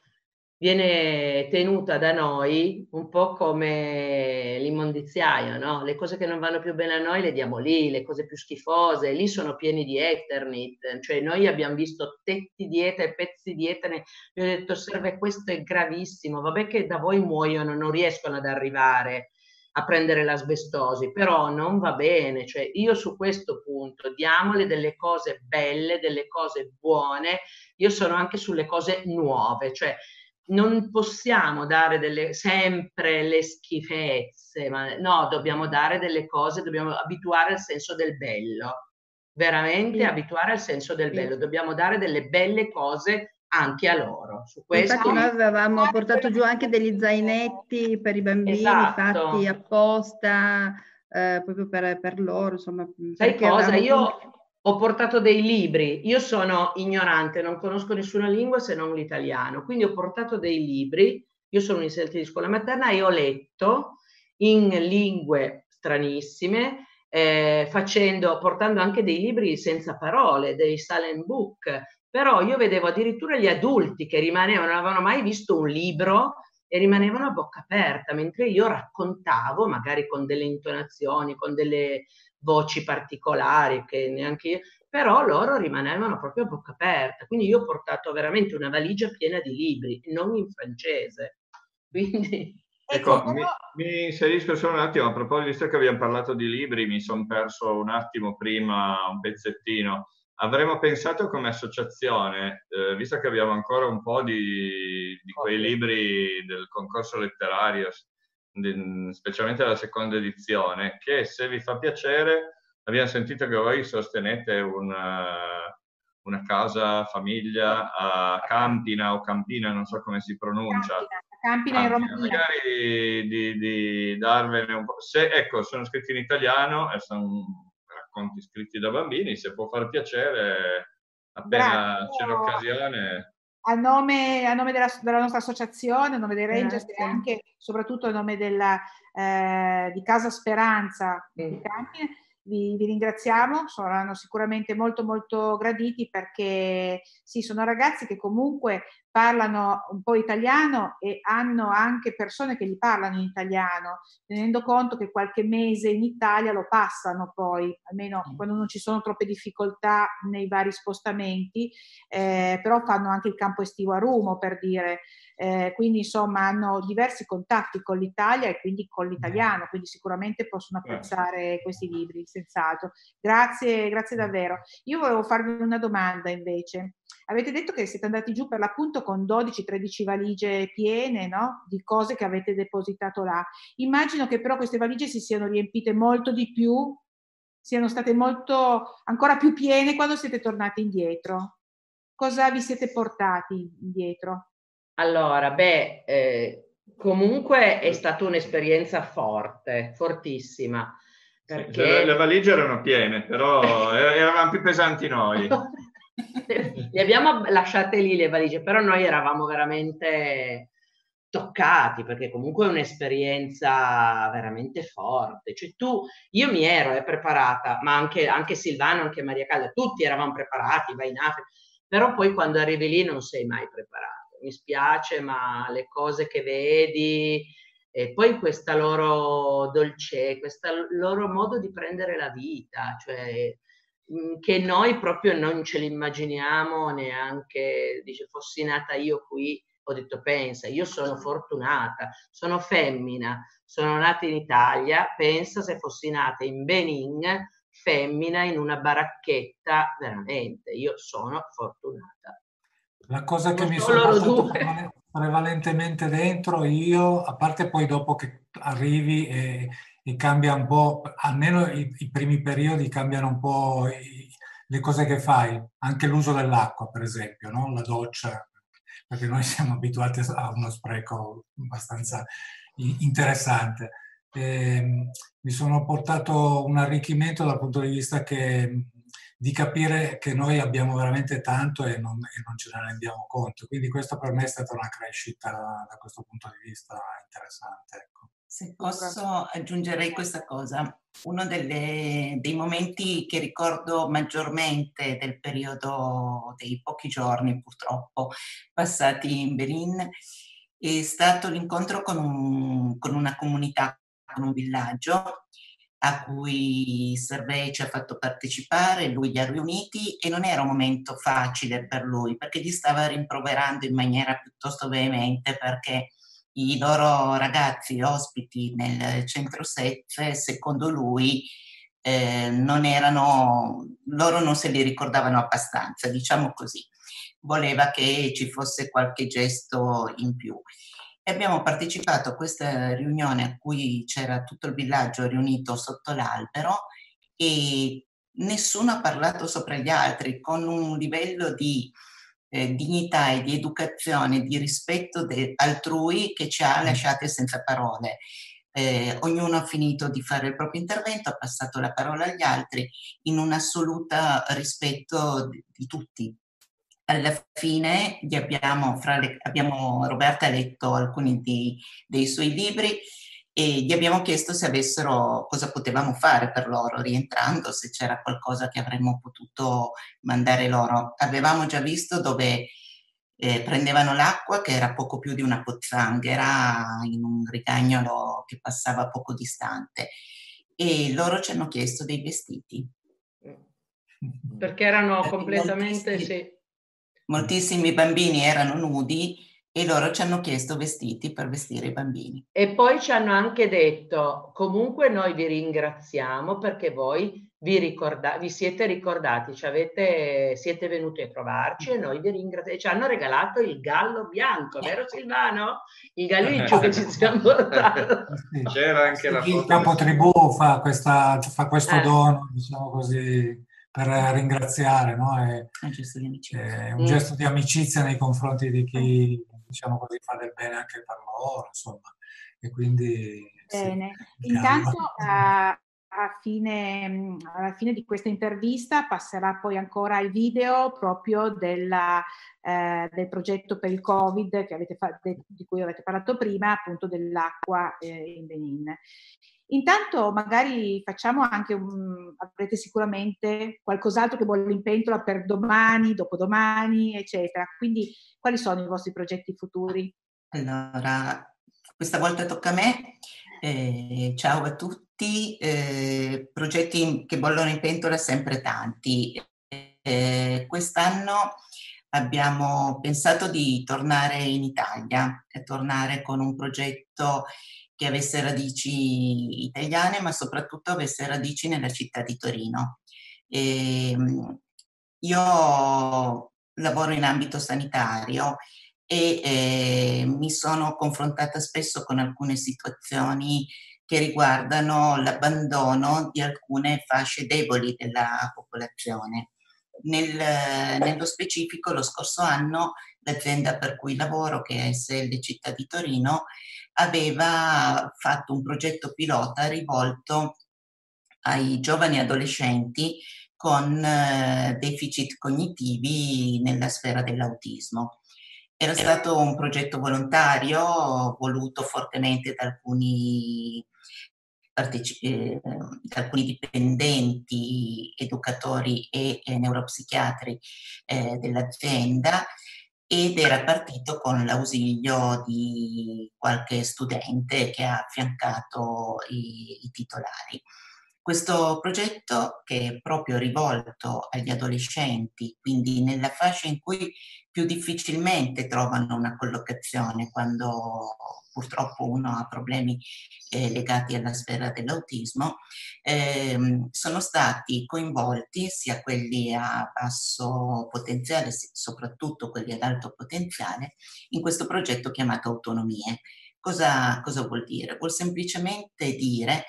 viene tenuta da noi un po' come l'immondiziaio, no? Le cose che non vanno più bene a noi le diamo lì, le cose più schifose, lì sono pieni di Eternit, cioè noi abbiamo visto tetti di Eternit, pezzi di Eternit, io ho detto serve, questo è gravissimo, vabbè che da voi muoiono, non riescono ad arrivare a prendere l'asbestosi, però non va bene, cioè io su questo punto diamole delle cose belle, delle cose buone, io sono anche sulle cose nuove, cioè non possiamo dare delle, sempre le schifezze, ma no, dobbiamo dare delle cose, dobbiamo abituare al senso del bello, veramente sì, abituare al senso del sì. bello, dobbiamo dare delle belle cose anche a loro. Su questo Infatti noi avevamo portato giù anche degli zainetti per i bambini, esatto, fatti apposta eh, proprio per, per loro, insomma, sai perché cosa? avevamo Io appunto- ho portato dei libri, io sono ignorante, non conosco nessuna lingua se non l'italiano, quindi ho portato dei libri, io sono un'insegnante di scuola materna e ho letto in lingue stranissime, eh, facendo, portando anche dei libri senza parole, dei silent book, però io vedevo addirittura gli adulti che rimanevano, non avevano mai visto un libro e rimanevano a bocca aperta, mentre io raccontavo, magari con delle intonazioni, con delle voci particolari che neanche io, però loro rimanevano proprio a bocca aperta. Quindi io ho portato veramente una valigia piena di libri, non in francese. Quindi ecco, mi, mi inserisco solo un attimo, a proposito, visto che abbiamo parlato di libri, mi sono perso un attimo prima un pezzettino. Avremmo pensato come associazione, eh, visto che abbiamo ancora un po' di, di quei libri del concorso letterario, di, specialmente la seconda edizione, che se vi fa piacere, abbiamo sentito che voi sostenete un, uh, una casa famiglia a Campina o Campina, non so come si pronuncia. Campina, Campina in Romania. Magari di, di darvene un po'. Se, ecco, sono scritti in italiano e sono racconti scritti da bambini, se può far piacere, appena Grazie. c'è l'occasione. A nome, a nome della, della nostra associazione, a nome dei Rangers Grazie. e anche soprattutto a nome della, eh, di Casa Speranza Mm. di Campina, vi, vi ringraziamo, saranno sicuramente molto molto graditi, perché sì, sono ragazzi che comunque parlano un po' italiano e hanno anche persone che gli parlano in italiano, tenendo conto che qualche mese in Italia lo passano poi, almeno quando non ci sono troppe difficoltà nei vari spostamenti, eh, però fanno anche il campo estivo a Rumo, per dire, eh, quindi insomma hanno diversi contatti con l'Italia e quindi con l'italiano, quindi sicuramente possono apprezzare questi libri, senz'altro. Grazie, grazie davvero. Io volevo farvi una domanda invece. Avete detto che siete andati giù per l'appunto con dodici tredici valigie piene, no? Di cose che avete depositato là. Immagino che però queste valigie si siano riempite molto di più, siano state molto ancora più piene quando siete tornati indietro. Cosa vi siete portati indietro? Allora, beh, eh, comunque è stata un'esperienza forte, fortissima. Perché... Le, le valigie erano piene, però eravamo più pesanti noi. Le abbiamo lasciate lì le valigie, però noi eravamo veramente toccati, perché comunque è un'esperienza veramente forte. Cioè tu, io mi ero eh, preparata, ma anche, anche Silvano, anche Maria Calda, tutti eravamo preparati, vai in Africa, però poi quando arrivi lì non sei mai preparato. Mi spiace, ma le cose che vedi, e poi questa loro dolce, questo loro modo di prendere la vita, cioè che noi proprio non ce l'immaginiamo neanche. Dice, fossi nata io qui, ho detto, pensa, io sono fortunata, sono femmina, sono nata in Italia, pensa se fossi nata in Benin, femmina, in una baracchetta, veramente, io sono fortunata. La cosa che Non mi sono sono loro portato due. prevalentemente dentro io, a parte poi dopo che arrivi e, e cambia un po', almeno i, i primi periodi cambiano un po' i, le cose che fai, anche l'uso dell'acqua per esempio, no? La doccia, perché noi siamo abituati a uno spreco abbastanza interessante. E, mi sono portato un arricchimento dal punto di vista che di capire che noi abbiamo veramente tanto e non, e non ce ne rendiamo conto. Quindi questo per me è stata una crescita da, da questo punto di vista interessante. Ecco. Se posso aggiungerei questa cosa, uno delle, dei momenti che ricordo maggiormente del periodo dei pochi giorni purtroppo passati in Benin è stato l'incontro con, un, con una comunità, con un villaggio a cui Servei ci ha fatto partecipare, lui li ha riuniti e non era un momento facile per lui perché gli stava rimproverando in maniera piuttosto veemente perché i loro ragazzi ospiti nel centro S E F, secondo lui, eh, non erano, loro non se li ricordavano abbastanza, diciamo così. Voleva che ci fosse qualche gesto in più. E abbiamo partecipato a questa riunione a cui c'era tutto il villaggio riunito sotto l'albero e nessuno ha parlato sopra gli altri, con un livello di eh, dignità e di educazione, di rispetto de- altrui che ci ha lasciate senza parole. Eh, ognuno ha finito di fare il proprio intervento, ha passato la parola agli altri in un assoluto rispetto di, di tutti. Alla fine gli abbiamo, fra le, abbiamo, Roberta ha letto alcuni di, dei suoi libri e gli abbiamo chiesto se avessero, cosa potevamo fare per loro, rientrando, se c'era qualcosa che avremmo potuto mandare loro. Avevamo già visto dove eh, prendevano l'acqua, che era poco più di una pozzanghera, in un rigagnolo che passava poco distante, e loro ci hanno chiesto dei vestiti. Perché erano Perché completamente, moltissimi, sì. Moltissimi bambini erano nudi e loro ci hanno chiesto vestiti per vestire i bambini. E poi ci hanno anche detto, comunque noi vi ringraziamo perché voi vi, ricorda- vi siete ricordati, ci avete, siete venuti a trovarci e noi vi ringraziamo. Ci hanno regalato il gallo bianco, vero Silvano? Il galliccio che ci siamo portato. C'era anche la Il foto. capotribù fa, questa, fa questo Eh. dono, diciamo così, per ringraziare, no? È, un gesto di amicizia, è un gesto di amicizia nei confronti di chi, diciamo così, fa del bene anche per loro, insomma, e quindi bene. Sì, Intanto a, a fine, alla fine di questa intervista passerà poi ancora il video proprio della, eh, del progetto per il Covid che avete fa- de- di cui avete parlato prima, appunto dell'acqua eh, in Benin. Intanto magari facciamo anche un, avrete sicuramente qualcos'altro che vuole in pentola per domani, dopodomani, eccetera. Quindi quali sono i vostri progetti futuri? Allora, questa volta tocca a me. Eh, ciao a tutti. Eh, progetti che bollono in pentola sempre tanti. Eh, quest'anno abbiamo pensato di tornare in Italia, e tornare con un progetto che avesse radici italiane, ma soprattutto avesse radici nella città di Torino. E, io lavoro in ambito sanitario e eh, mi sono confrontata spesso con alcune situazioni che riguardano l'abbandono di alcune fasce deboli della popolazione. Nel, nello specifico, lo scorso anno, l'azienda per cui lavoro, che è S L Città di Torino, aveva fatto un progetto pilota rivolto ai giovani adolescenti con eh, deficit cognitivi nella sfera dell'autismo. Era stato un progetto volontario voluto fortemente da alcuni, parteci- eh, da alcuni dipendenti, educatori e eh, neuropsichiatri eh, dell'azienda, ed era partito con l'ausilio di qualche studente che ha affiancato i, i titolari. Questo progetto, che è proprio rivolto agli adolescenti, quindi nella fascia in cui più difficilmente trovano una collocazione quando purtroppo uno ha problemi eh, legati alla sfera dell'autismo, ehm, sono stati coinvolti sia quelli a basso potenziale, soprattutto quelli ad alto potenziale, in questo progetto chiamato Autonomie. Cosa, cosa vuol dire? Vuol semplicemente dire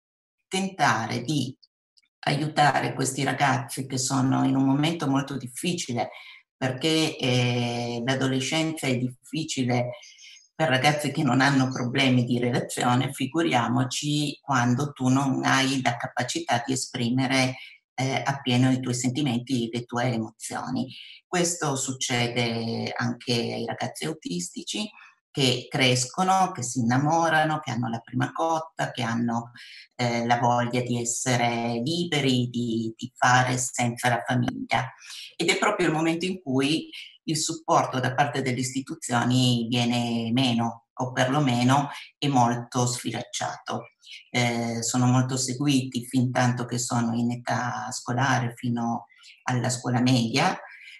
tentare di aiutare questi ragazzi che sono in un momento molto difficile, perché eh, l'adolescenza è difficile per ragazzi che non hanno problemi di relazione, figuriamoci quando tu non hai la capacità di esprimere eh, appieno i tuoi sentimenti e le tue emozioni. Questo succede anche ai ragazzi autistici, che crescono, che si innamorano, che hanno la prima cotta, che hanno eh, la voglia di essere liberi, di, di fare senza la famiglia. Ed è proprio il momento in cui il supporto da parte delle istituzioni viene meno, o perlomeno è molto sfilacciato. Eh, sono molto seguiti fin tanto che sono in età scolare, fino alla scuola media,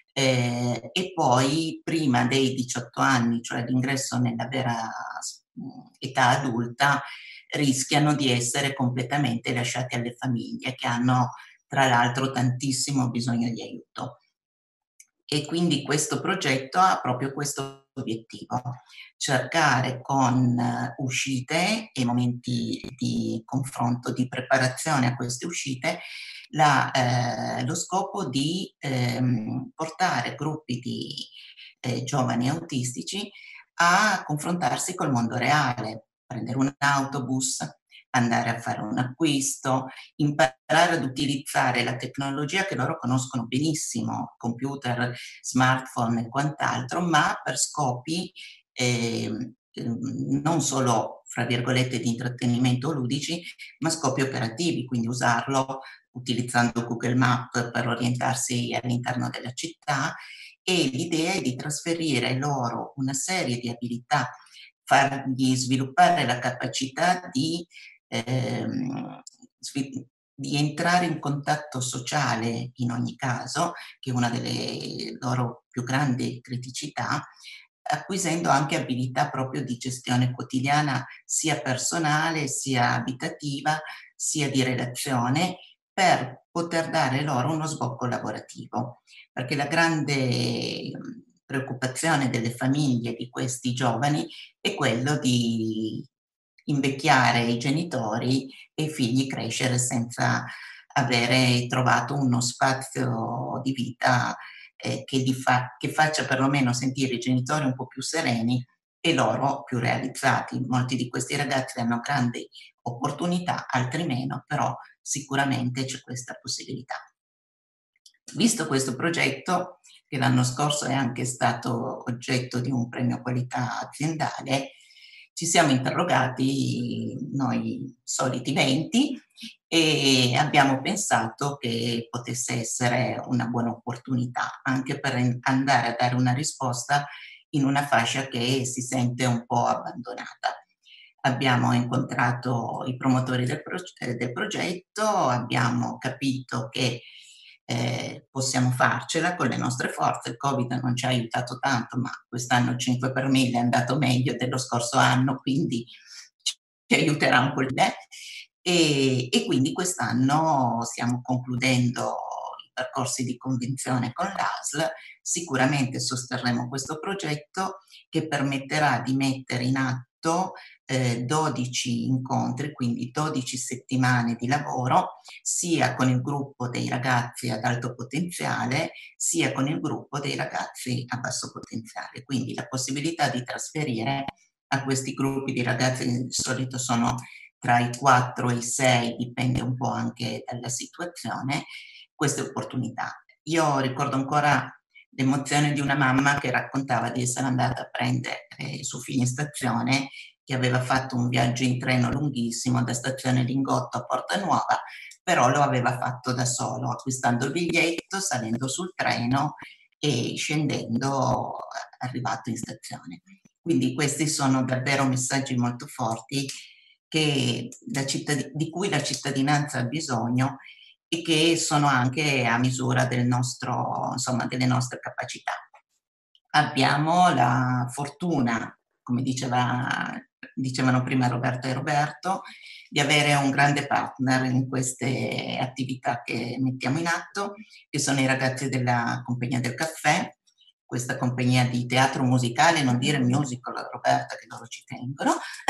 eh, e poi prima dei diciotto anni, cioè l'ingresso nella vera età adulta, rischiano di essere completamente lasciati alle famiglie, che hanno tra l'altro tantissimo bisogno di aiuto. E quindi questo progetto ha proprio questo obiettivo: cercare con uh, uscite e momenti di confronto, di preparazione a queste uscite, la, eh, lo scopo di ehm, portare gruppi di eh, giovani autistici a confrontarsi col mondo reale, prendere un autobus, andare a fare un acquisto, imparare ad utilizzare la tecnologia che loro conoscono benissimo, computer, smartphone e quant'altro, ma per scopi eh, non solo, fra virgolette, di intrattenimento ludici, ma scopi operativi, quindi usarlo utilizzando Google Maps per orientarsi all'interno della città. E l'idea è di trasferire loro una serie di abilità, fargli sviluppare la capacità di Ehm, di entrare in contatto sociale in ogni caso, che è una delle loro più grandi criticità, acquisendo anche abilità proprio di gestione quotidiana, sia personale, sia abitativa, sia di relazione, per poter dare loro uno sbocco lavorativo. Perché la grande preoccupazione delle famiglie di questi giovani è quello di invecchiare i genitori e i figli crescere senza avere trovato uno spazio di vita eh, che, li fa, che faccia perlomeno sentire i genitori un po' più sereni e loro più realizzati. Molti di questi ragazzi hanno grandi opportunità, altri meno, però sicuramente c'è questa possibilità. Visto questo progetto, che l'anno scorso è anche stato oggetto di un premio qualità aziendale, ci siamo interrogati noi soliti venti e abbiamo pensato che potesse essere una buona opportunità anche per andare a dare una risposta in una fascia che si sente un po' abbandonata. Abbiamo incontrato i promotori del, pro del progetto, abbiamo capito che eh, possiamo farcela con le nostre forze. Il Covid non ci ha aiutato tanto, ma quest'anno cinque per mille è andato meglio dello scorso anno, quindi ci aiuterà un po' il beh. E, e quindi quest'anno stiamo concludendo i percorsi di convinzione con l'A S L. Sicuramente sosterremo questo progetto che permetterà di mettere in atto eh, dodici incontri, quindi dodici settimane di lavoro, sia con il gruppo dei ragazzi ad alto potenziale, sia con il gruppo dei ragazzi a basso potenziale. Quindi la possibilità di trasferire a questi gruppi di ragazzi, di solito sono tra i quattro e i sei, dipende un po' anche dalla situazione, queste opportunità. Io ricordo ancora l'emozione di una mamma che raccontava di essere andata a prendere eh, su fine stazione, che aveva fatto un viaggio in treno lunghissimo da stazione Lingotto a Porta Nuova, però lo aveva fatto da solo, acquistando il biglietto, salendo sul treno e scendendo, arrivato in stazione. Quindi questi sono davvero messaggi molto forti che la di cui la cittadinanza ha bisogno e che sono anche a misura del nostro, insomma, delle nostre capacità. Abbiamo la fortuna, come diceva, dicevano prima Roberta e Roberto, di avere un grande partner in queste attività che mettiamo in atto, che sono i ragazzi della Compagnia del Caffè, questa compagnia di teatro musicale, non dire musical, Roberta, che loro ci tengono,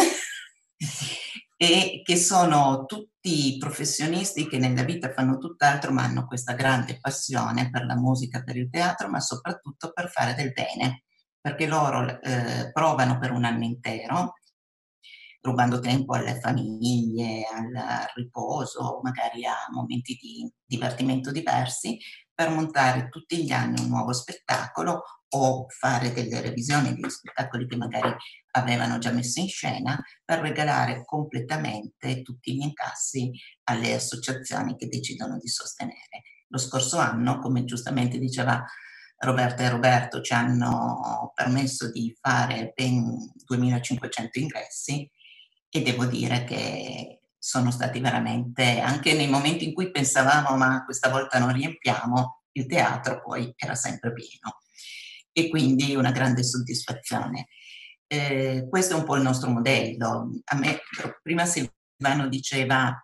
e che sono tutti professionisti che nella vita fanno tutt'altro, ma hanno questa grande passione per la musica, per il teatro, ma soprattutto per fare del bene, perché loro eh, provano per un anno intero, rubando tempo alle famiglie, al riposo, magari a momenti di divertimento diversi, per montare tutti gli anni un nuovo spettacolo o fare delle revisioni di spettacoli che magari avevano già messo in scena, per regalare completamente tutti gli incassi alle associazioni che decidono di sostenere. Lo scorso anno, come giustamente diceva Roberta e Roberto, ci hanno permesso di fare ben duemilacinquecento ingressi e devo dire che sono stati veramente, anche nei momenti in cui pensavamo ma questa volta non riempiamo, il teatro poi era sempre pieno e quindi una grande soddisfazione. Eh, questo è un po' il nostro modello. A me, prima Silvano diceva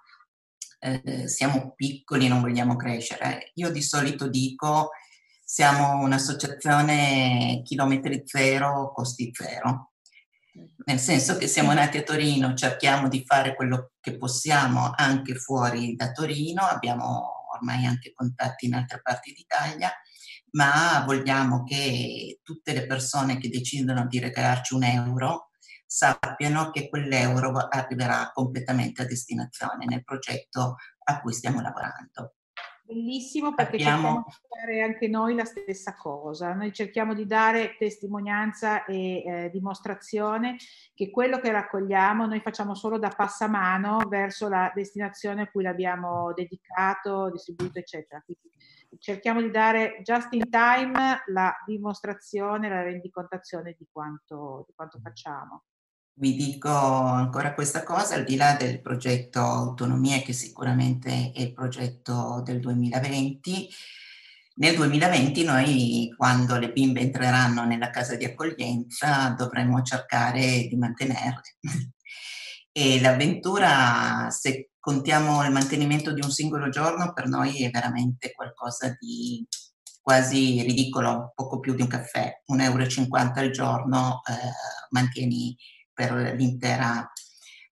eh, siamo piccoli, non vogliamo crescere. Io di solito dico siamo un'associazione chilometri zero, costi zero. Nel senso che siamo nati a Torino, cerchiamo di fare quello che possiamo anche fuori da Torino, abbiamo ormai anche contatti in altre parti d'Italia, ma vogliamo che tutte le persone che decidono di regalarci un euro sappiano che quell'euro arriverà completamente a destinazione nel progetto a cui stiamo lavorando. Bellissimo, perché Abbiamo... cerchiamo di fare anche noi la stessa cosa. Noi cerchiamo di dare testimonianza e eh, dimostrazione che quello che raccogliamo noi facciamo solo da passamano verso la destinazione a cui l'abbiamo dedicato, distribuito, eccetera. Quindi cerchiamo di dare just in time la dimostrazione, la rendicontazione di quanto, di quanto facciamo. Vi dico ancora questa cosa, al di là del progetto Autonomia, che sicuramente è il progetto del duemilaventi, nel duemilaventi noi, quando le bimbe entreranno nella casa di accoglienza, dovremo cercare di mantenerle. E l'avventura, se contiamo il mantenimento di un singolo giorno, per noi è veramente qualcosa di quasi ridicolo, poco più di un caffè, un euro e cinquanta al giorno eh, mantieni per l'intera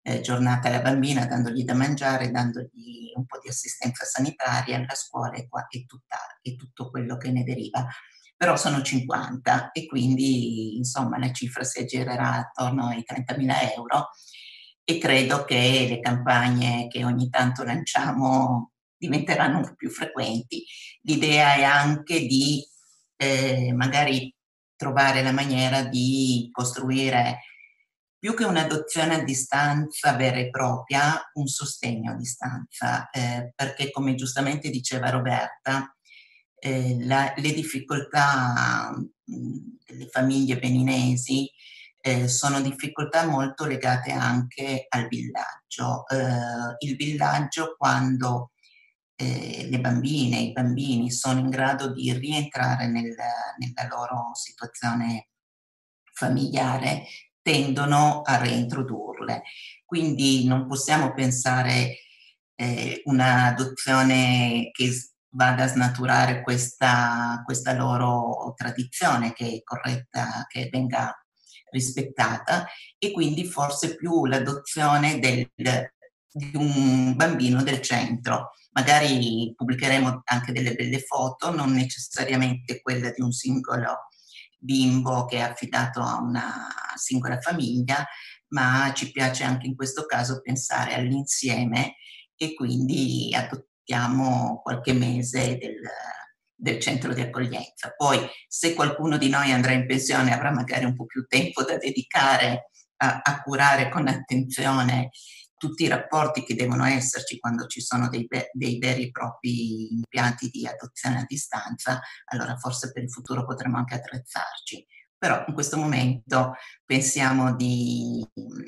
eh, giornate alla bambina, dandogli da mangiare, dandogli un po' di assistenza sanitaria, la scuola e, qua, e, tutta, e tutto quello che ne deriva. Però sono cinquanta e quindi insomma la cifra si aggirerà attorno ai trentamila euro e credo che le campagne che ogni tanto lanciamo diventeranno un po' più frequenti. L'idea è anche di eh, magari trovare la maniera di costruire più che un'adozione a distanza vera e propria, un sostegno a distanza, eh, perché come giustamente diceva Roberta, eh, la, le difficoltà mh, delle famiglie beninesi eh, sono difficoltà molto legate anche al villaggio. Eh, il villaggio quando eh, le bambine, i bambini sono in grado di rientrare nel, nella loro situazione familiare, tendono a reintrodurle. Quindi non possiamo pensare eh, un'adozione che vada a snaturare questa, questa loro tradizione, che è corretta, che venga rispettata, e quindi forse più l'adozione del, di un bambino del centro. Magari pubblicheremo anche delle belle foto, non necessariamente quella di un singolo bimbo che è affidato a una singola famiglia, ma ci piace anche in questo caso pensare all'insieme e quindi adottiamo qualche mese del, del centro di accoglienza. Poi se qualcuno di noi andrà in pensione avrà magari un po' più tempo da dedicare a, a curare con attenzione tutti i rapporti che devono esserci quando ci sono dei, dei veri e propri impianti di adozione a distanza, allora forse per il futuro potremo anche attrezzarci. Però in questo momento pensiamo di,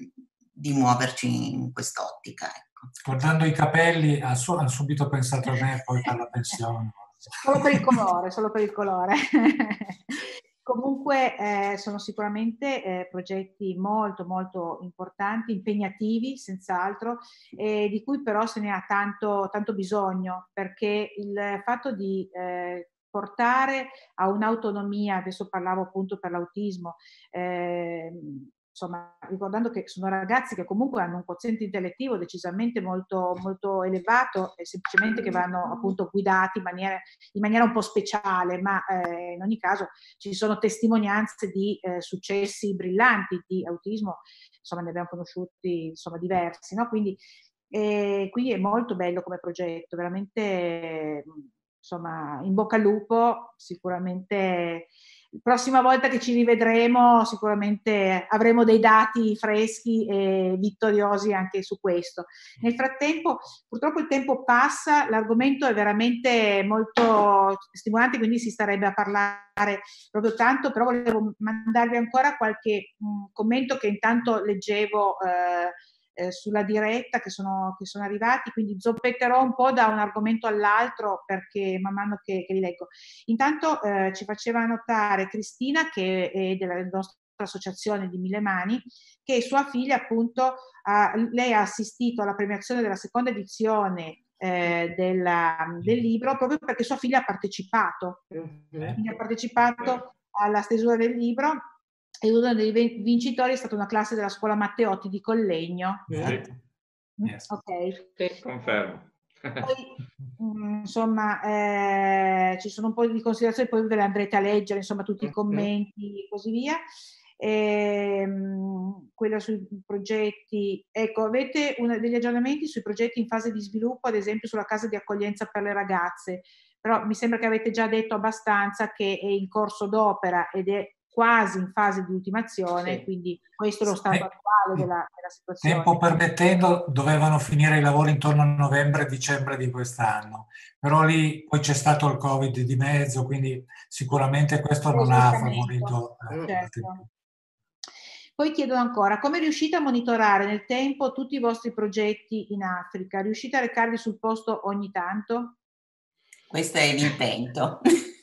di muoverci in quest'ottica. Ecco. Guardando i capelli ha, su, ha subito pensato a me poi per la pensione. Solo per il colore, solo per il colore. Comunque eh, sono sicuramente eh, progetti molto molto importanti, impegnativi senz'altro, eh, di cui però se ne ha tanto, tanto bisogno, perché il fatto di eh, portare a un'autonomia, adesso parlavo appunto per l'autismo, eh, insomma, ricordando che sono ragazzi che comunque hanno un quoziente intellettivo decisamente molto, molto elevato e semplicemente che vanno appunto guidati in maniera, in maniera un po' speciale, ma eh, in ogni caso ci sono testimonianze di eh, successi brillanti di autismo, insomma ne abbiamo conosciuti insomma diversi, no? Quindi, eh, quindi è molto bello come progetto, veramente insomma in bocca al lupo, sicuramente. La prossima volta che ci rivedremo sicuramente avremo dei dati freschi e vittoriosi anche su questo. Nel frattempo, purtroppo il tempo passa, l'argomento è veramente molto stimolante, quindi si starebbe a parlare proprio tanto, però volevo mandarvi ancora qualche mh, commento che intanto leggevo eh, Eh, sulla diretta che sono, che sono arrivati, quindi zoppetterò un po' da un argomento all'altro perché man mano che, che li leggo. Intanto eh, ci faceva notare Cristina, che è della nostra associazione di Mille Mani, che sua figlia appunto ha, lei ha assistito alla premiazione della seconda edizione eh, della, del libro proprio perché sua figlia ha partecipato, quindi ha partecipato alla stesura del libro. E uno dei vincitori è stata una classe della scuola Matteotti di Collegno. Sì. Yes. Ok. Sì, confermo. Poi, mh, insomma, eh, ci sono un po' di considerazioni, poi ve le andrete a leggere, insomma, tutti i commenti e così via. E, mh, quello sui progetti. Ecco, avete una, degli aggiornamenti sui progetti in fase di sviluppo, ad esempio sulla casa di accoglienza per le ragazze, però mi sembra che avete già detto abbastanza che è in corso d'opera ed è quasi in fase di ultimazione, sì. Quindi questo è lo stato attuale della, della situazione. Tempo permettendo, dovevano finire i lavori intorno a novembre-dicembre di quest'anno, però lì poi c'è stato il Covid di mezzo, quindi sicuramente questo non ha favorito. Eh, certo. Poi chiedo ancora, come riuscite a monitorare nel tempo tutti i vostri progetti in Africa? Riuscite a recarvi sul posto ogni tanto? Questo è l'intento.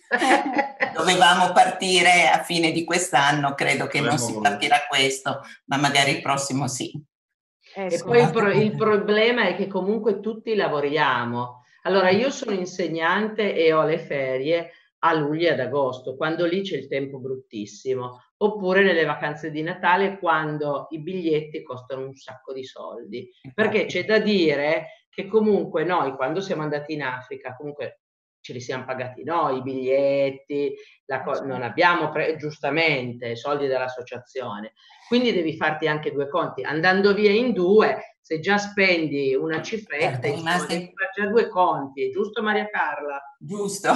Dovevamo partire a fine di quest'anno, credo che non si partirà questo, ma magari il prossimo sì. Ecco. E poi il, pro- il problema è che comunque tutti lavoriamo. Allora io sono insegnante e ho le ferie, a luglio e ad agosto, quando lì c'è il tempo bruttissimo, oppure nelle vacanze di Natale, quando i biglietti costano un sacco di soldi, perché c'è da dire che comunque noi, quando siamo andati in Africa, comunque ce li siamo pagati noi, i biglietti, la co- non abbiamo pre- giustamente soldi dell'associazione, quindi devi farti anche due conti. Andando via in due, se già spendi una cifretta, Certo, insomma, devi fare già due conti, giusto Maria Carla? Giusto.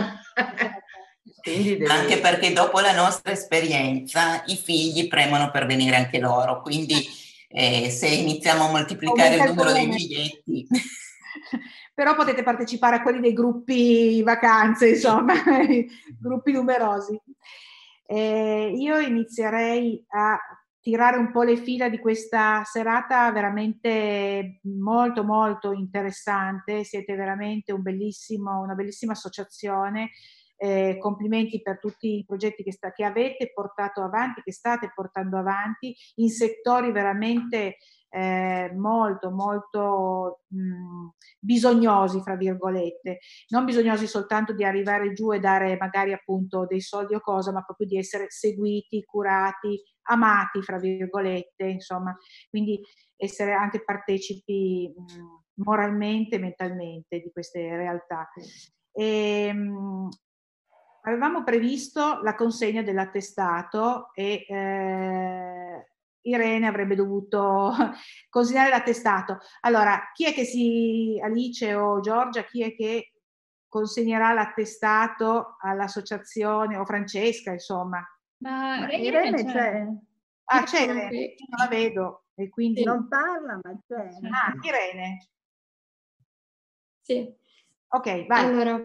Quindi devi... Anche perché dopo la nostra esperienza i figli premono per venire anche loro, quindi eh, se iniziamo a moltiplicare il numero dei biglietti... Però potete partecipare a quelli dei gruppi vacanze, insomma, gruppi numerosi. Eh, io inizierei a tirare un po' le fila di questa serata veramente molto molto interessante. Siete veramente un bellissimo, una bellissima associazione. Eh, complimenti per tutti i progetti che, sta, che avete portato avanti, che state portando avanti in settori veramente eh, molto molto mh, bisognosi, fra virgolette, non bisognosi soltanto di arrivare giù e dare magari appunto dei soldi o cosa, ma proprio di essere seguiti, curati, amati, fra virgolette, insomma, quindi essere anche partecipi mh, moralmente e mentalmente di queste realtà. E, mh, avevamo previsto la consegna dell'attestato e eh, Irene avrebbe dovuto consegnare l'attestato. Allora, chi è che si, Alice o Giorgia, chi è che consegnerà l'attestato all'associazione, o Francesca, insomma? Ma Ma Irene Irene c'è. c'è. Ah, c'è Irene, io non la vedo e quindi... Non parla, ma c'è. Ah, Irene. Sì. Ok, vai. Allora,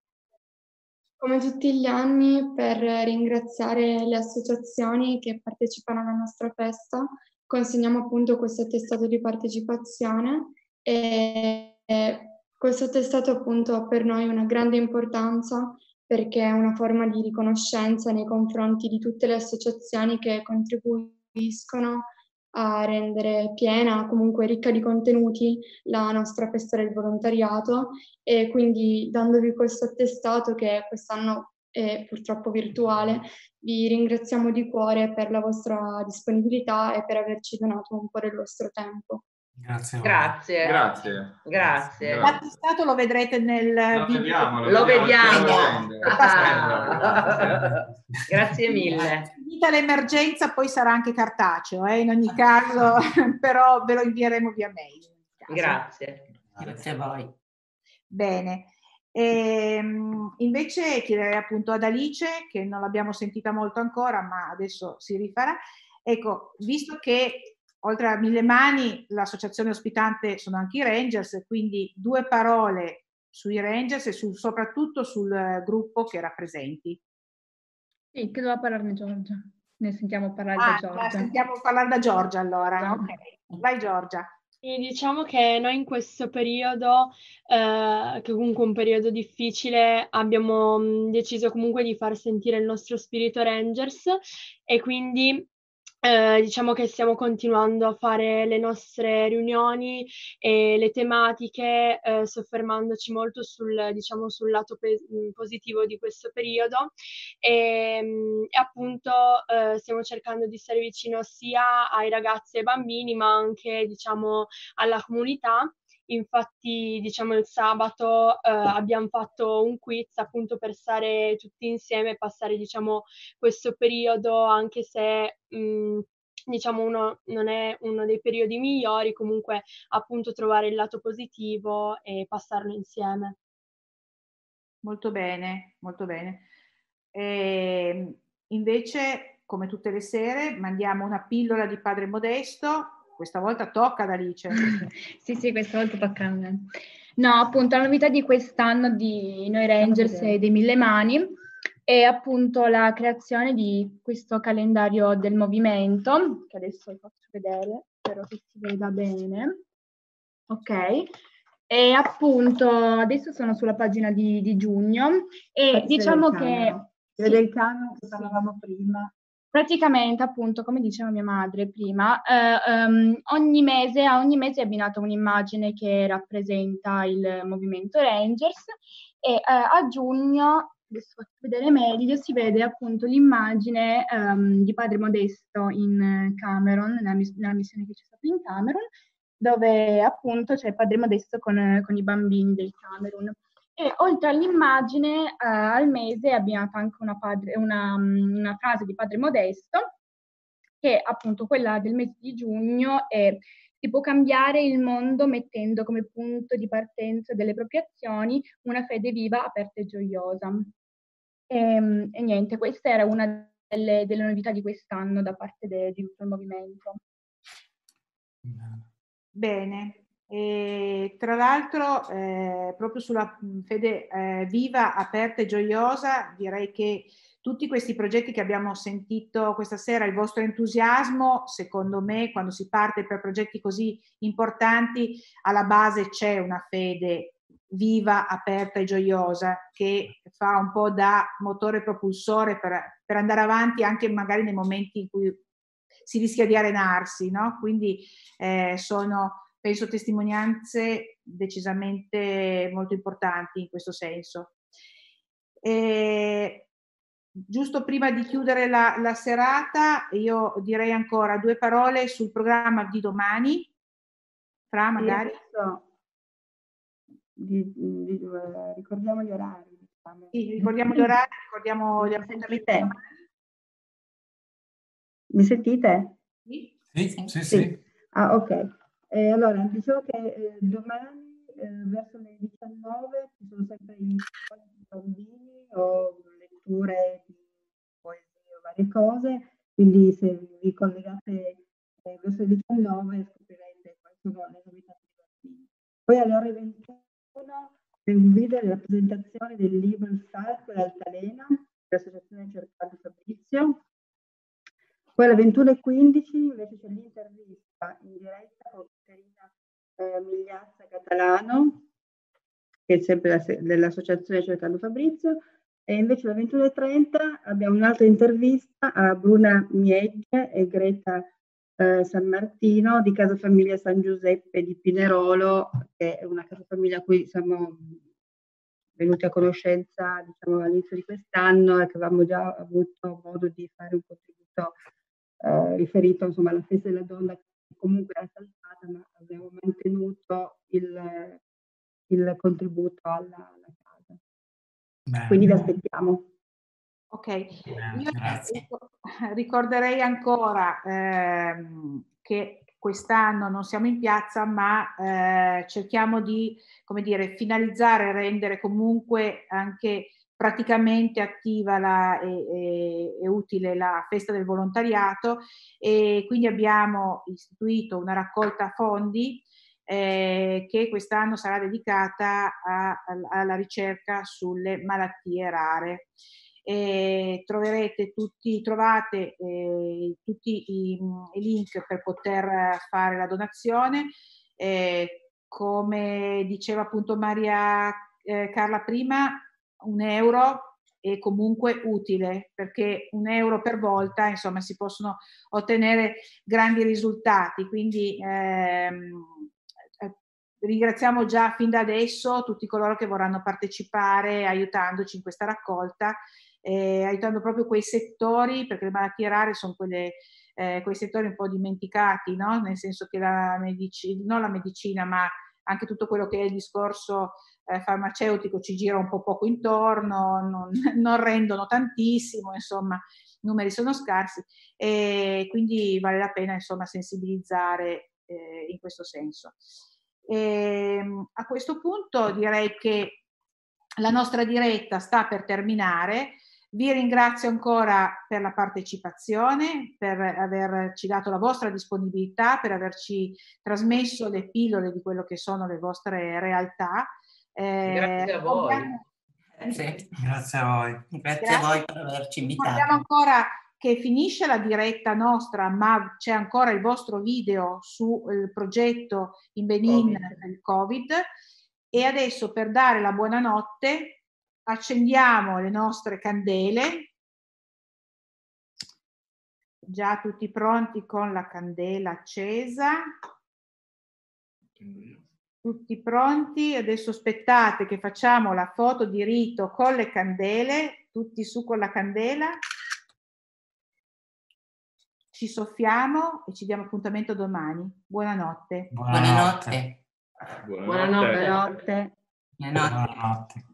come tutti gli anni, per ringraziare le associazioni che partecipano alla nostra festa, consegniamo appunto questo attestato di partecipazione e questo attestato appunto ha per noi una grande importanza perché è una forma di riconoscenza nei confronti di tutte le associazioni che contribuiscono a rendere piena, comunque ricca di contenuti, la nostra festa del volontariato e quindi dandovi questo attestato che quest'anno è purtroppo virtuale, vi ringraziamo di cuore per la vostra disponibilità e per averci donato un po' del vostro tempo. Grazie. Grazie. Grazie. Grazie. L'attestato lo vedrete nel Lo video. vediamo, lo, Lo vediamo. vediamo. Ah, grazie mille. Finita l'emergenza poi sarà anche cartaceo, eh, in ogni caso, però ve lo invieremo via mail. Grazie. Grazie a voi. Bene. E, invece chiederei appunto ad Alice, che non l'abbiamo sentita molto ancora, ma adesso si rifarà. Ecco, visto che oltre a Mille Mani l'associazione ospitante sono anche i Rangers, quindi due parole sui Rangers e sul, soprattutto sul gruppo che rappresenti. Sì, che doveva parlarne Giorgia. Ne sentiamo parlare ah, da Giorgia. Sentiamo parlare da Giorgia allora. Ok, vai Giorgia. E diciamo che noi in questo periodo, eh, che comunque è un periodo difficile, abbiamo mh, deciso comunque di far sentire il nostro spirito Rangers e quindi eh, diciamo che stiamo continuando a fare le nostre riunioni e le tematiche, eh, soffermandoci molto sul, diciamo, sul lato pe- positivo di questo periodo e, e appunto eh, stiamo cercando di stare vicino sia ai ragazzi e ai bambini ma anche diciamo alla comunità. Infatti, diciamo, il sabato eh, abbiamo fatto un quiz appunto per stare tutti insieme e passare, diciamo, questo periodo, anche se mh, diciamo uno non è uno dei periodi migliori, comunque appunto trovare il lato positivo e passarlo insieme. Molto bene, molto bene. E invece, come tutte le sere, mandiamo una pillola di Padre Modesto. Questa volta tocca ad Alice. Sì, sì, questa volta tocca a me. No, appunto, la novità di quest'anno di noi Rangers e dei Mille Mani è appunto la creazione di questo calendario del movimento, che adesso vi faccio vedere, spero che si veda bene. Ok. E appunto, adesso sono sulla pagina di, di giugno e Fatti diciamo vedere il che... cano. Sì, Vede il cano che parlavamo prima. praticamente, appunto, come diceva mia madre prima, eh, um, ogni mese, a ogni mese è abbinata un'immagine che rappresenta il movimento Rangers e eh, a giugno adesso faccio vedere meglio, si vede appunto l'immagine um, di Padre Modesto in Camerun, nella, miss- nella missione che c'è stata in Camerun, dove appunto c'è Padre Modesto con, con i bambini del Camerun. E oltre all'immagine, uh, al mese abbiamo anche una, padre, una, una frase di Padre Modesto, che è appunto quella del mese di giugno è: si può cambiare il mondo mettendo come punto di partenza delle proprie azioni una fede viva, aperta e gioiosa. E, e niente, questa era una delle, delle novità di quest'anno da parte de, di tutto il movimento. Bene, e tra l'altro eh, proprio sulla fede eh, viva, aperta e gioiosa, direi che tutti questi progetti che abbiamo sentito questa sera, il vostro entusiasmo, secondo me, quando si parte per progetti così importanti, alla base c'è una fede viva, aperta e gioiosa che fa un po' da motore propulsore per, per andare avanti anche magari nei momenti in cui si rischia di arenarsi, no? Quindi eh, sono, penso, testimonianze decisamente molto importanti in questo senso. E, giusto prima di chiudere la, la serata, io direi ancora due parole sul programma di domani. Fra, magari. Di, di, di, ricordiamo gli orari. Diciamo. Sì, ricordiamo gli orari, ricordiamo gli appuntamenti. Mi sentite? Sì, sì, sì. sì. sì. Ah, ok. Eh, allora, dicevo che eh, domani eh, verso le diciannove ci sono sempre i bambini o letture di poesie o varie cose, quindi se vi collegate eh, verso le diciannove scoprirete quali sono le novità dei bambini. Poi alle ore ventuno c'è un video della presentazione del libro Il Falco e l'Altalena dell'Associazione Cercaldo Fabrizio. Poi alle ventuno e quindici invece c'è l'intervista in diretta con Caterina eh, Migliazza Catalano, che è sempre la, dell'Associazione Cercaldo Fabrizio, e invece alle ventuno e trenta abbiamo un'altra intervista a Bruna Miegge e Greta eh, San Martino di Casa Famiglia San Giuseppe di Pinerolo, che è una casa famiglia a cui siamo venuti a conoscenza, diciamo, all'inizio di quest'anno e che avevamo già avuto modo di fare un contributo Eh, riferito insomma alla festa della donna, che comunque era saltata, ma abbiamo mantenuto il, il contributo alla, alla casa. Beh. Quindi vi aspettiamo. Ok, io ricorderei ancora ehm, che quest'anno non siamo in piazza, ma eh, cerchiamo di, come dire, finalizzare e rendere comunque anche praticamente attiva la, e, e, e utile la festa del volontariato, e quindi abbiamo istituito una raccolta fondi eh, che quest'anno sarà dedicata a, a, alla ricerca sulle malattie rare. E troverete tutti, trovate eh, tutti i, i link per poter fare la donazione. Eh, come diceva appunto Maria eh, Carla prima, un euro è comunque utile, perché un euro per volta insomma si possono ottenere grandi risultati, quindi ehm, ringraziamo già fin da adesso tutti coloro che vorranno partecipare aiutandoci in questa raccolta, eh, aiutando proprio quei settori, perché le malattie rare sono quelle, eh, quei settori un po' dimenticati, no? Nel senso che la medicina, non la medicina, ma anche tutto quello che è il discorso eh, farmaceutico ci gira un po' poco intorno, non, non rendono tantissimo, insomma, i numeri sono scarsi, e quindi vale la pena insomma sensibilizzare eh, in questo senso. E, a questo punto direi che la nostra diretta sta per terminare. Vi ringrazio ancora per la partecipazione, per averci dato la vostra disponibilità, per averci trasmesso le pillole di quello che sono le vostre realtà. Eh, grazie a voi. Grazie. Grazie a voi. Grazie, grazie a voi per averci invitato. Ricordiamo ancora che finisce la diretta nostra, ma c'è ancora il vostro video sul progetto in Benin del Covid. E adesso, per dare la buonanotte, accendiamo le nostre candele. Già tutti pronti con la candela accesa. Tutti pronti? Adesso aspettate che facciamo la foto di rito con le candele, tutti su con la candela. Ci soffiamo e ci diamo appuntamento domani. Buonanotte. Buonanotte. Buonanotte. Buonanotte. Buonanotte.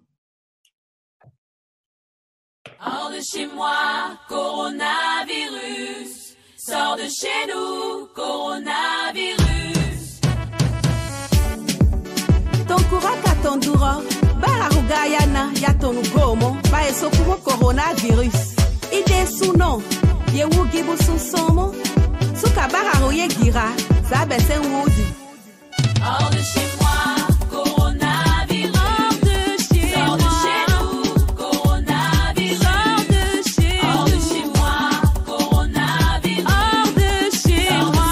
Hors de chez moi, coronavirus. Sors de chez nous, coronavirus. Tonkura katondura, bararugayana yatonugomo, baesokumo coronavirus. Ide suno, ye wugibu susomo, suka bararu ye gira, zabese wudi. Hors de chez moi, coronavirus. Hors de chez Sors de chez nous, coronavirus. Hors de chez Hors de chez moi, coronavirus. Hors de chez Sors moi,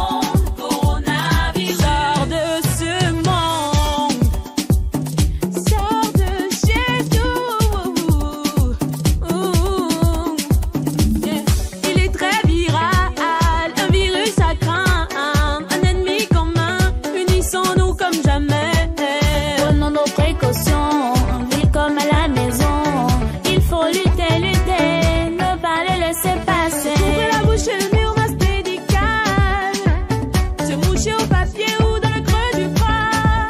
de ce monde, coronavirus. Sors de ce monde. Sors de chez nous. Yeah. Il est très viral, un virus à craindre, un ennemi commun, unissons-nous comme jamais. Prenons nos précautions, vite comme à la maison. Il faut lutter, lutter, ne pas le laisser passer. Ouvrez la bouche et le murmure médical. Se moucher au papier ou dans le creux du bras.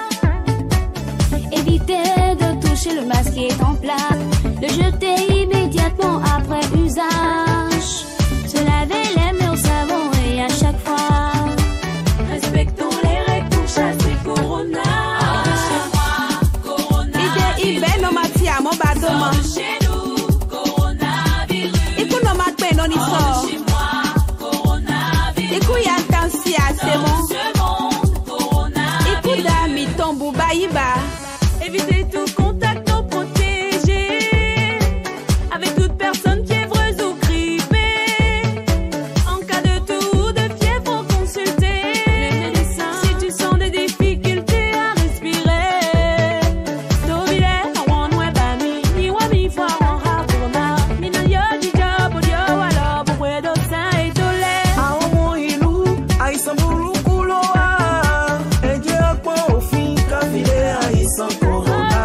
Évitez de toucher le masque qui est en plat, le jeter immédiatement après usage. Se laver les mains au savon et à chaque fois. Respectons les règles pour chasser Corona. Hors de chez moi, Corona. Ide ibe no matiamo badoma. Hors de chez nous, coronavirus. Iku no matpe no ni Hors de so. chez moi, coronavirus. Iku yantansia Sors semo. de ce monde, coronavirus. Iku dami tombu bayiba. Évitez tout contact non protégé avec toute personne fiévreuse ou grippée. En cas de toux ou de fièvre, faut consulter les médecins. Si tu sens des difficultés à respirer, Tobile, awan webami, ni wami fwa wan rabona. Mina yo di job, yo walo, bo wedo sa etole. Àwọn ìlú àìsàn burúkú ló wà. Ẹ jẹ́ ọ̀pọ̀ òfin ká fi lé àìsàn kòrónà.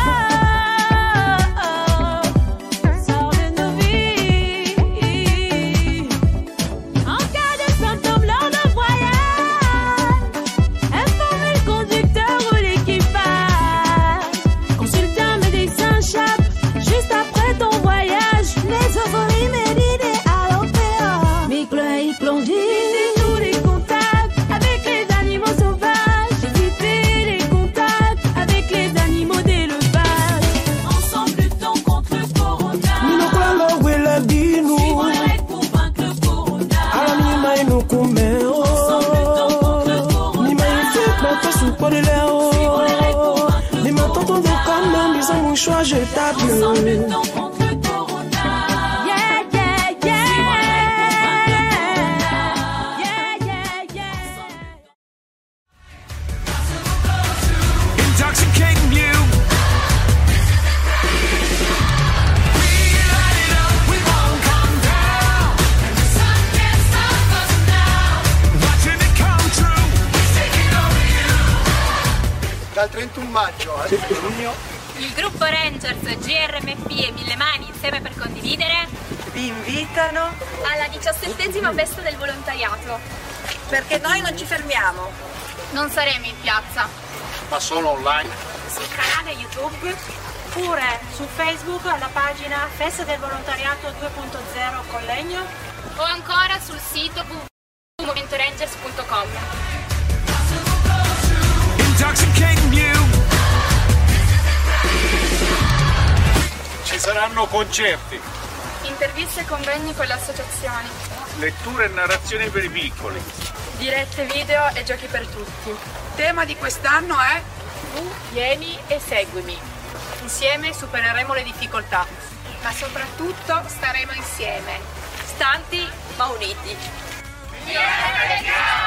Sors de nos vies. En cas de symptômes lors de voyage, informez le conducteur ou l'équipage. Consultez un médecin chap juste après ton voyage. Les ovaries médidés à l'opéra. Micro et plongée. Évitez tous les contacts avec les animaux sauvages. Évitez les contacts avec les animaux d'élevage. Ensemble luttons contre le corona. Ninokwanga wela binu. Suivons les règles pour vaincre le corona. Alamima inukumeo. Ensemble luttons contre le corona. Nima ife plante sous pot de leo. Suivons les règles pour vaincre le Nima t'entendez quand même des mouchoirs jetables. Ensemble luttons contre le corona. Yeah, yeah, yeah. Suivons les règles pour vaincre le corona. Yeah, yeah, yeah. Intoxicating you. We light it up, we won't come down. The sun can't stop us now. Watching it come true. We're taking over you. Dal trentuno maggio al giugno Il gruppo Rangers, G R M P e Mille Mani insieme per condividere vi invitano alla diciassettesima festa del volontariato. perché noi non ci fermiamo. Non saremo in piazza, ma solo online. sul canale YouTube oppure su Facebook alla pagina Festa del Volontariato due punto zero Collegno o ancora sul sito w w w punto movimento rangers punto com. Intoxicating you. Ci saranno concerti, Interviste e convegni con le associazioni, letture e narrazioni per i piccoli. dirette video e giochi per tutti. Tema di quest'anno è Tu vieni e seguimi. Insieme supereremo le difficoltà, ma soprattutto staremo insieme, stanti ma uniti. Yeah!